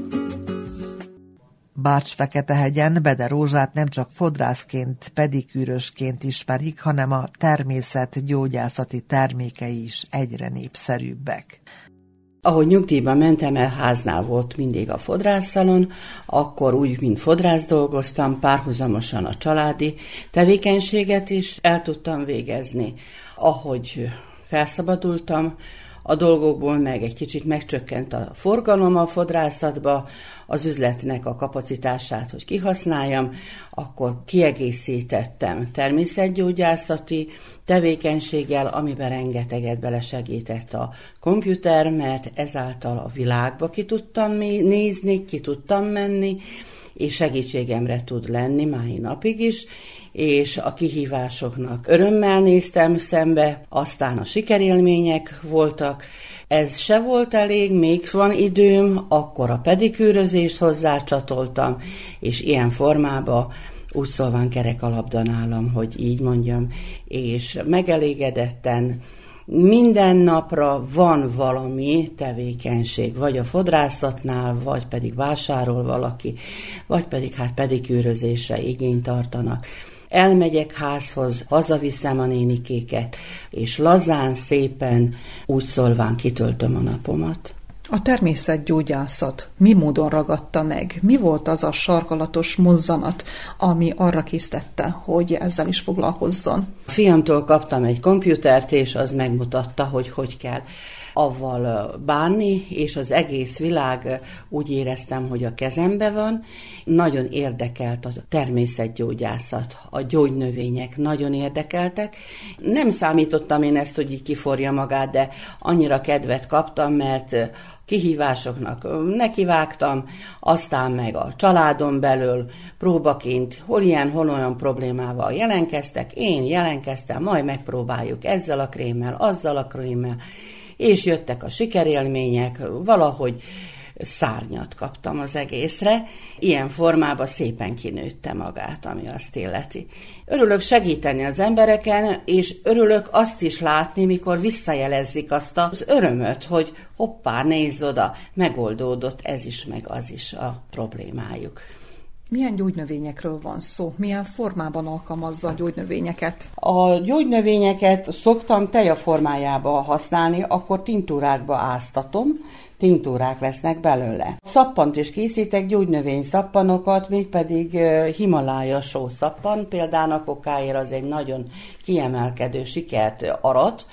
[SPEAKER 2] Bács-Feketehegyen Bede Rózsát nem csak fodrászként, pedikűrösként ismerik, hanem a természet gyógyászati termékei is egyre népszerűbbek.
[SPEAKER 16] Ahogy nyugdíjba mentem el, háznál volt mindig a fodrászszalon, akkor úgy, mint fodrász dolgoztam, párhuzamosan a családi tevékenységet is el tudtam végezni. Ahogy felszabadultam a dolgokból, meg egy kicsit megcsökkent a forgalom a fodrászatba, az üzletnek a kapacitását, hogy kihasználjam, akkor kiegészítettem természetgyógyászati tevékenységgel, amiben rengeteget belesegített a komputer, mert ezáltal a világba ki tudtam nézni, ki tudtam menni, és segítségemre tud lenni mai napig is, és a kihívásoknak örömmel néztem szembe, aztán a sikerélmények voltak. Ez se volt elég, még van időm, akkor a pedikűrözést hozzácsatoltam, és ilyen formában úgy szólván kerek a labda nálam, hogy így mondjam, és megelégedetten minden napra van valami tevékenység, vagy a fodrászatnál, vagy pedig vásárol valaki, vagy pedig hát pedikűrözésre igényt tartanak. Elmegyek házhoz, hazaviszem a nénikéket, és lazán, szépen, úgy szólván kitöltöm a napomat.
[SPEAKER 4] A természetgyógyászat mi módon ragadta meg? Mi volt az a sarkalatos mozzanat, ami arra késztette, hogy ezzel is foglalkozzon?
[SPEAKER 16] A fiamtól kaptam egy komputert, és az megmutatta, hogy kell avval bánni, és az egész világ úgy éreztem, hogy a kezembe van. Nagyon érdekelt a természetgyógyászat, a gyógynövények nagyon érdekeltek. Nem számítottam én ezt, hogy így kiforja magát, de annyira kedvet kaptam, mert kihívásoknak nekivágtam, aztán meg a családon belül próbaként hol ilyen, hol olyan problémával jelentkeztek, én jelentkeztem, majd megpróbáljuk ezzel a krémmel, azzal a krémmel, és jöttek a sikerélmények, valahogy szárnyat kaptam az egészre. Ilyen formában szépen kinőtte magát, ami azt illeti. Örülök segíteni az embereken, és örülök azt is látni, mikor visszajelezzik azt az örömöt, hogy hoppá, nézz oda, megoldódott ez is, meg az is a problémájuk.
[SPEAKER 4] Milyen gyógynövényekről van szó? Milyen formában alkalmazza a gyógynövényeket?
[SPEAKER 16] A gyógynövényeket szoktam teja formájába használni, akkor tinktúrákba áztatom, tinktúrák lesznek belőle. Szappant is készítek, gyógynövény szappanokat, mégpedig Himalája sószappan, például a kokáért az egy nagyon kiemelkedő sikert arat,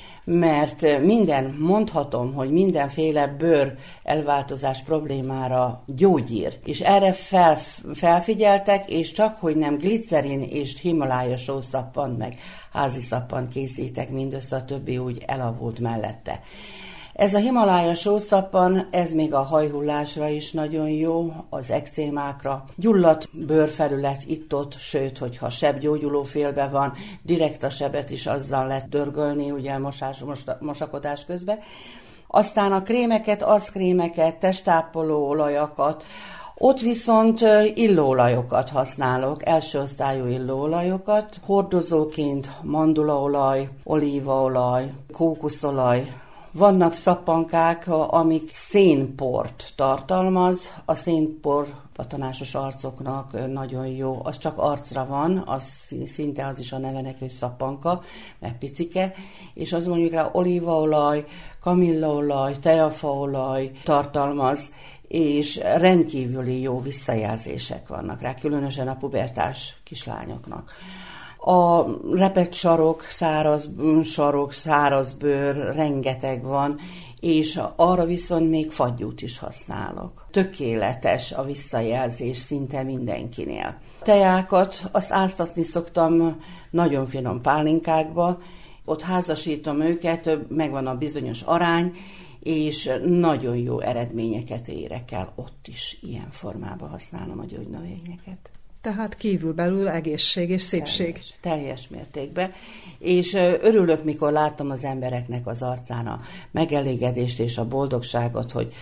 [SPEAKER 16] mert mondhatom, hogy mindenféle bőr elváltozás problémára gyógyír. És erre felfigyeltek, és csak hogy nem glicerin és Himalája sószappan, meg házi szappan készítek, mindössze a többi úgy elavult mellette. Ez a Himalája sószappan, ez még a hajhullásra is nagyon jó, az ekcémákra. Gyulladt bőrfelület itt-ott, sőt, hogyha sebgyógyuló félbe van, direkt a sebet is azzal lehet dörgölni, ugye mosakodás közben. Aztán a krémeket, arckrémeket, testápoló olajakat, ott viszont illóolajokat használok, első osztályú illóolajokat, hordozóként mandulaolaj, olívaolaj, kókuszolaj. Vannak szappankák, amik szénport tartalmaz, a szénpor a tanácsos arcoknak nagyon jó, az csak arcra van, az szinte az is a neve neki, hogy szappanka, mert picike, és az mondjuk rá olívaolaj, kamillaolaj, teafaolaj tartalmaz, és rendkívüli jó visszajelzések vannak rá, különösen a pubertás kislányoknak. A repett sarok, száraz bőr, rengeteg van, és arra viszont még fagyút is használok. Tökéletes a visszajelzés szinte mindenkinél. Tejákat, azt áztatni szoktam nagyon finom pálinkákba, ott házasítom őket, megvan a bizonyos arány, és nagyon jó eredményeket érek el ott is, ilyen formában használom a gyógynövényeket.
[SPEAKER 4] Tehát kívülbelül egészség és szépség.
[SPEAKER 16] Teljes mértékben. És örülök, mikor látom az embereknek az arcán a megelégedést és a boldogságot, hogy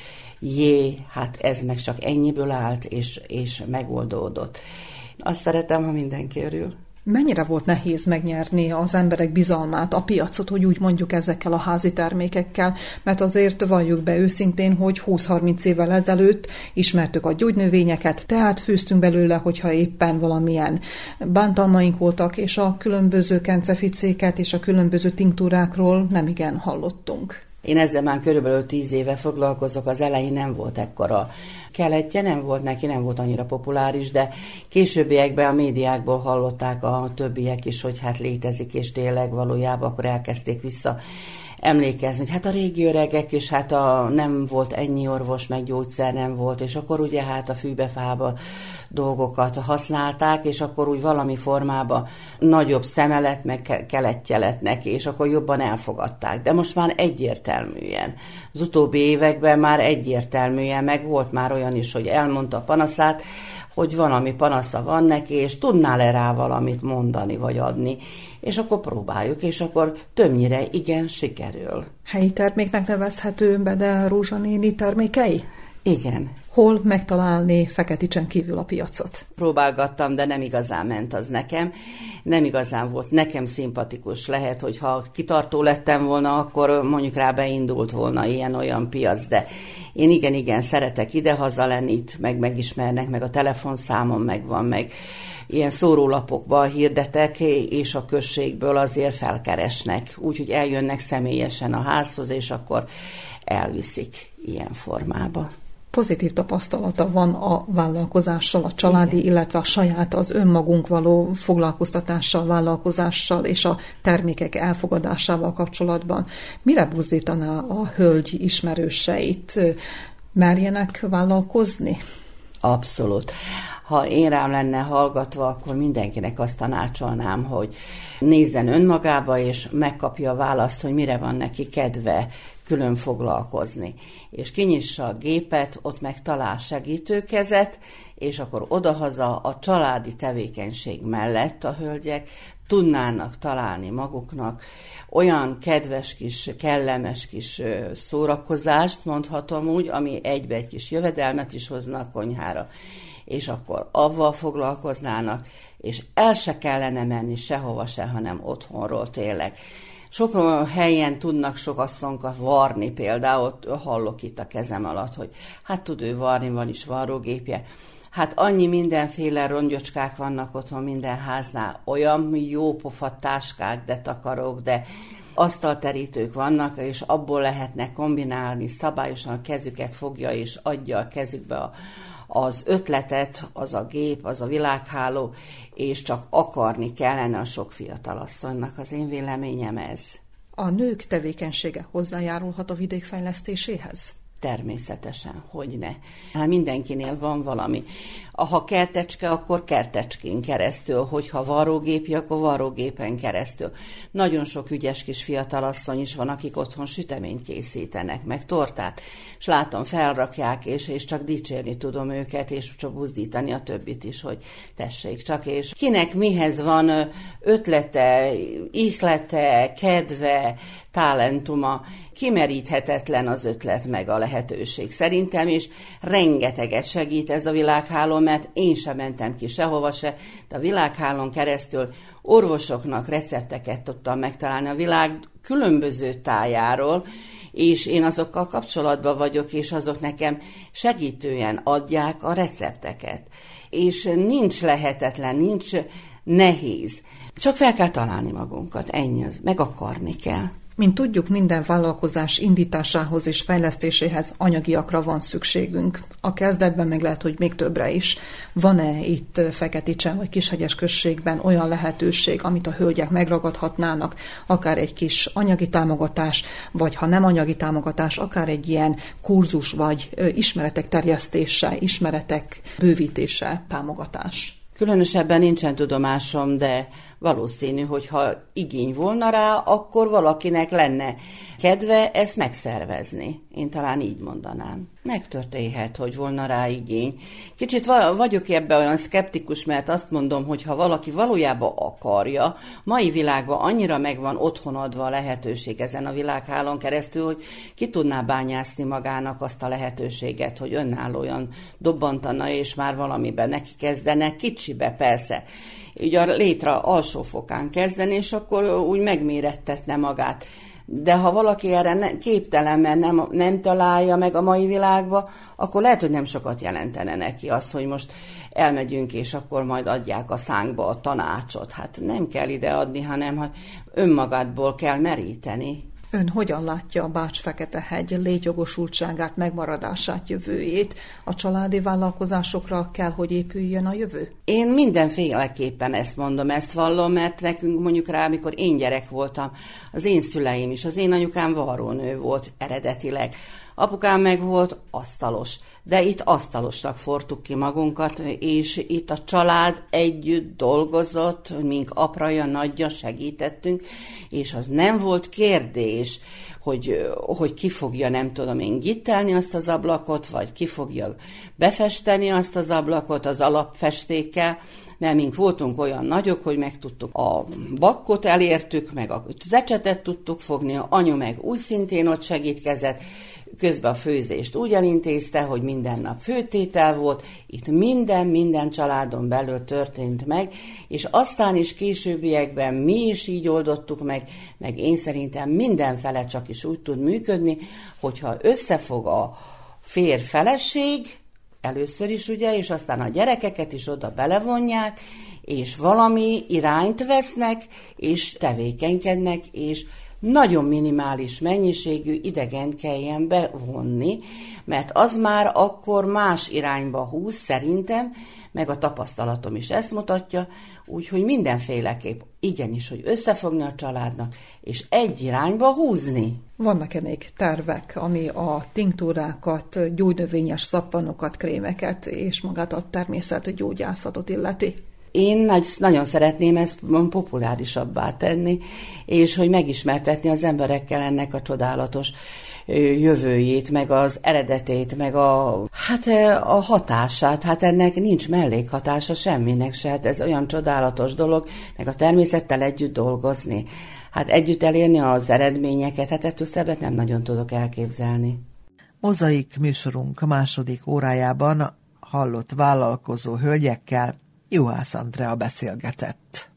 [SPEAKER 16] hát ez meg csak ennyiből állt, és megoldódott. Azt szeretem, ha mindenki örül.
[SPEAKER 4] Mennyire volt nehéz megnyerni az emberek bizalmát, a piacot, hogy úgy mondjuk ezekkel a házi termékekkel, mert azért valljuk be őszintén, hogy 20-30 évvel ezelőtt ismertük a gyógynövényeket, tehát főztünk belőle, hogyha éppen valamilyen bántalmaink voltak, és a különböző kenceficéket és a különböző tinktúrákról nemigen hallottunk.
[SPEAKER 16] Én ezzel már körülbelül 10 éve foglalkozok, az elején nem volt ekkora keletje, nem volt annyira populáris, de későbbiekben a médiákból hallották a többiek is, hogy hát létezik, és tényleg valójában akkor elkezdték vissza emlékezni, hogy hát a régi öregek is, hát nem volt ennyi orvos, meg gyógyszer nem volt, és akkor ugye hát a fűbefába dolgokat használták, és akkor úgy valami formában nagyobb szeme lett, meg keletje lett neki, és akkor jobban elfogadták. De most már egyértelműen, az utóbbi években már egyértelműen, meg volt már olyan is, hogy elmondta a panaszát, hogy valami panasza van neki, és tudnál-e rá valamit mondani, vagy adni. És akkor próbáljuk, és akkor többnyire igen sikerül.
[SPEAKER 4] Helyi terméknek nevezhető Bede Rózsa néni termékei?
[SPEAKER 16] Igen.
[SPEAKER 4] Hol megtalálni Feketicsen kívül a piacot?
[SPEAKER 16] Próbálgattam, de nem igazán ment az nekem. Nem igazán volt nekem szimpatikus. Lehet, hogy ha kitartó lettem volna, akkor mondjuk rá beindult volna ilyen-olyan piac, de én igen szeretek idehaza lenni, itt megismernek, meg a telefonszámom megvan, meg ilyen szórólapokban hirdetek, és a községből azért felkeresnek. Úgyhogy eljönnek személyesen a házhoz, és akkor elviszik ilyen formába.
[SPEAKER 4] Pozitív tapasztalata van a vállalkozással, a családi, illetve a saját az önmagunk való foglalkoztatással, vállalkozással és a termékek elfogadásával kapcsolatban. Mire buzdítaná a hölgy ismerőseit? Merjenek vállalkozni?
[SPEAKER 16] Abszolút. Ha én rám lenne hallgatva, akkor mindenkinek azt tanácsolnám, hogy nézzen önmagába, és megkapja a választ, hogy mire van neki kedve külön foglalkozni. És kinyissa a gépet, ott meg talál segítőkezet, és akkor odahaza a családi tevékenység mellett a hölgyek tudnának találni maguknak olyan kedves kis, kellemes kis szórakozást, mondhatom úgy, ami egybe egy kis jövedelmet is hozna a konyhára, és akkor avval foglalkoznának, és el se kellene menni sehova se, hanem otthonról tényleg. Sok helyen tudnak sok asszonkat varni, például hallok itt a kezem alatt, hogy hát tud ő varni, van is varrógépje. Hát annyi mindenféle rongyocskák vannak otthon minden háznál, olyan jó pofa táskák, de takarók, de asztalterítők vannak, és abból lehetne kombinálni, szabályosan a kezüket fogja és adja a kezükbe az ötletet, az a gép, az a világháló, és csak akarni kellene a sok fiatalasszonynak. Az én véleményem ez.
[SPEAKER 4] A nők tevékenysége hozzájárulhat a vidék fejlesztéséhez?
[SPEAKER 16] Természetesen, hogyne. Hát mindenkinél van valami. Ha kertecske, akkor kertecskén keresztül, hogyha varrógépi, akkor varrógépen keresztül. Nagyon sok ügyes kis fiatalasszony is van, akik otthon süteményt készítenek, meg tortát, és látom, felrakják, és csak dicsérni tudom őket, és csak buzdítani a többit is, hogy tessék csak, és kinek mihez van ötlete, ihlete, kedve, talentuma, kimeríthetetlen az ötlet meg a lehetőség szerintem, és rengeteget segít ez a világháló, mert én sem mentem ki sehova se, de a világhálón keresztül orvosoknak recepteket tudtam megtalálni a világ különböző tájáról, és én azokkal kapcsolatban vagyok, és azok nekem segítően adják a recepteket. És nincs lehetetlen, nincs nehéz. Csak fel kell találni magunkat, ennyi az, meg akarni kell.
[SPEAKER 4] Mint tudjuk, minden vállalkozás indításához és fejlesztéséhez anyagiakra van szükségünk. A kezdetben meg lehet, hogy még többre is. Van-e itt Feketicsen vagy Kishegyes községben olyan lehetőség, amit a hölgyek megragadhatnának, akár egy kis anyagi támogatás, vagy ha nem anyagi támogatás, akár egy ilyen kurzus, vagy ismeretek terjesztése, ismeretek bővítése, támogatás?
[SPEAKER 16] Különösebben nincsen tudomásom, de valószínű, hogy ha igény volna rá, akkor valakinek lenne kedve ezt megszervezni. Én talán így mondanám. Megtörténhet, hogy volna rá igény. Kicsit vagyok ebben olyan szkeptikus, mert azt mondom, hogy ha valaki valójában akarja, mai világban annyira megvan otthon adva a lehetőség ezen a világhálón keresztül, hogy ki tudná bányászni magának azt a lehetőséget, hogy önállóan dobbantana, és már valamiben neki kezdene, kicsibe persze. Így a létre alsófokán kezdeni, és akkor úgy megmérettetne magát. De ha valaki erre képtelen, mert nem találja meg a mai világba, akkor lehet, hogy nem sokat jelentene neki az, hogy most elmegyünk, és akkor majd adják a szánkba a tanácsot. Hát nem kell ide adni, hanem önmagadból kell meríteni.
[SPEAKER 4] Ön hogyan látja a Bács-Feketehegy létjogosultságát, megmaradását, jövőjét? A családi vállalkozásokra kell, hogy épüljön a jövő?
[SPEAKER 16] Én mindenféleképpen ezt mondom, ezt vallom, mert nekünk mondjuk rá, amikor én gyerek voltam, az én szüleim is, az én anyukám varrónő volt eredetileg. Apukám meg volt asztalos, de itt asztalosnak fortuk ki magunkat, és itt a család együtt dolgozott, mink apraja, nagyja, segítettünk, és az nem volt kérdés, hogy ki fogja, nem tudom én, gittelni azt az ablakot, vagy ki fogja befesteni azt az ablakot az alapfestékkel, mert mink voltunk olyan nagyok, hogy meg tudtuk a bakkot elértük, meg a zecsetet tudtuk fogni, a anyu meg úgy szintén ott segítkezett, közben a főzést úgy elintézte, hogy minden nap főtétel volt, itt minden családon belül történt meg, és aztán is későbbiekben mi is így oldottuk meg én szerintem mindenfele csak is úgy tud működni, hogyha összefog a férj-feleség, először is ugye, és aztán a gyerekeket is oda belevonják, és valami irányt vesznek, és tevékenykednek, és nagyon minimális mennyiségű idegen kelljen bevonni, mert az már akkor más irányba húz szerintem, meg a tapasztalatom is ezt mutatja, úgyhogy mindenféleképp igenis, hogy összefogni a családnak, és egy irányba húzni.
[SPEAKER 4] Vannak-e még tervek, ami a tinktúrákat, gyógynövényes szappanokat, krémeket és magát a természetgyógyászatot illeti?
[SPEAKER 16] Én nagyon szeretném ezt populárisabbá tenni, és hogy megismertetni az emberekkel ennek a csodálatos jövőjét, meg az eredetét, meg a hatását. Hát ennek nincs mellékhatása semminek se. Hát ez olyan csodálatos dolog, meg a természettel együtt dolgozni. Hát együtt elérni az eredményeket, hát ettől szebbet nem nagyon tudok elképzelni.
[SPEAKER 2] Mozaik műsorunk második órájában hallott vállalkozó hölgyekkel Juhász Andrea beszélgetett.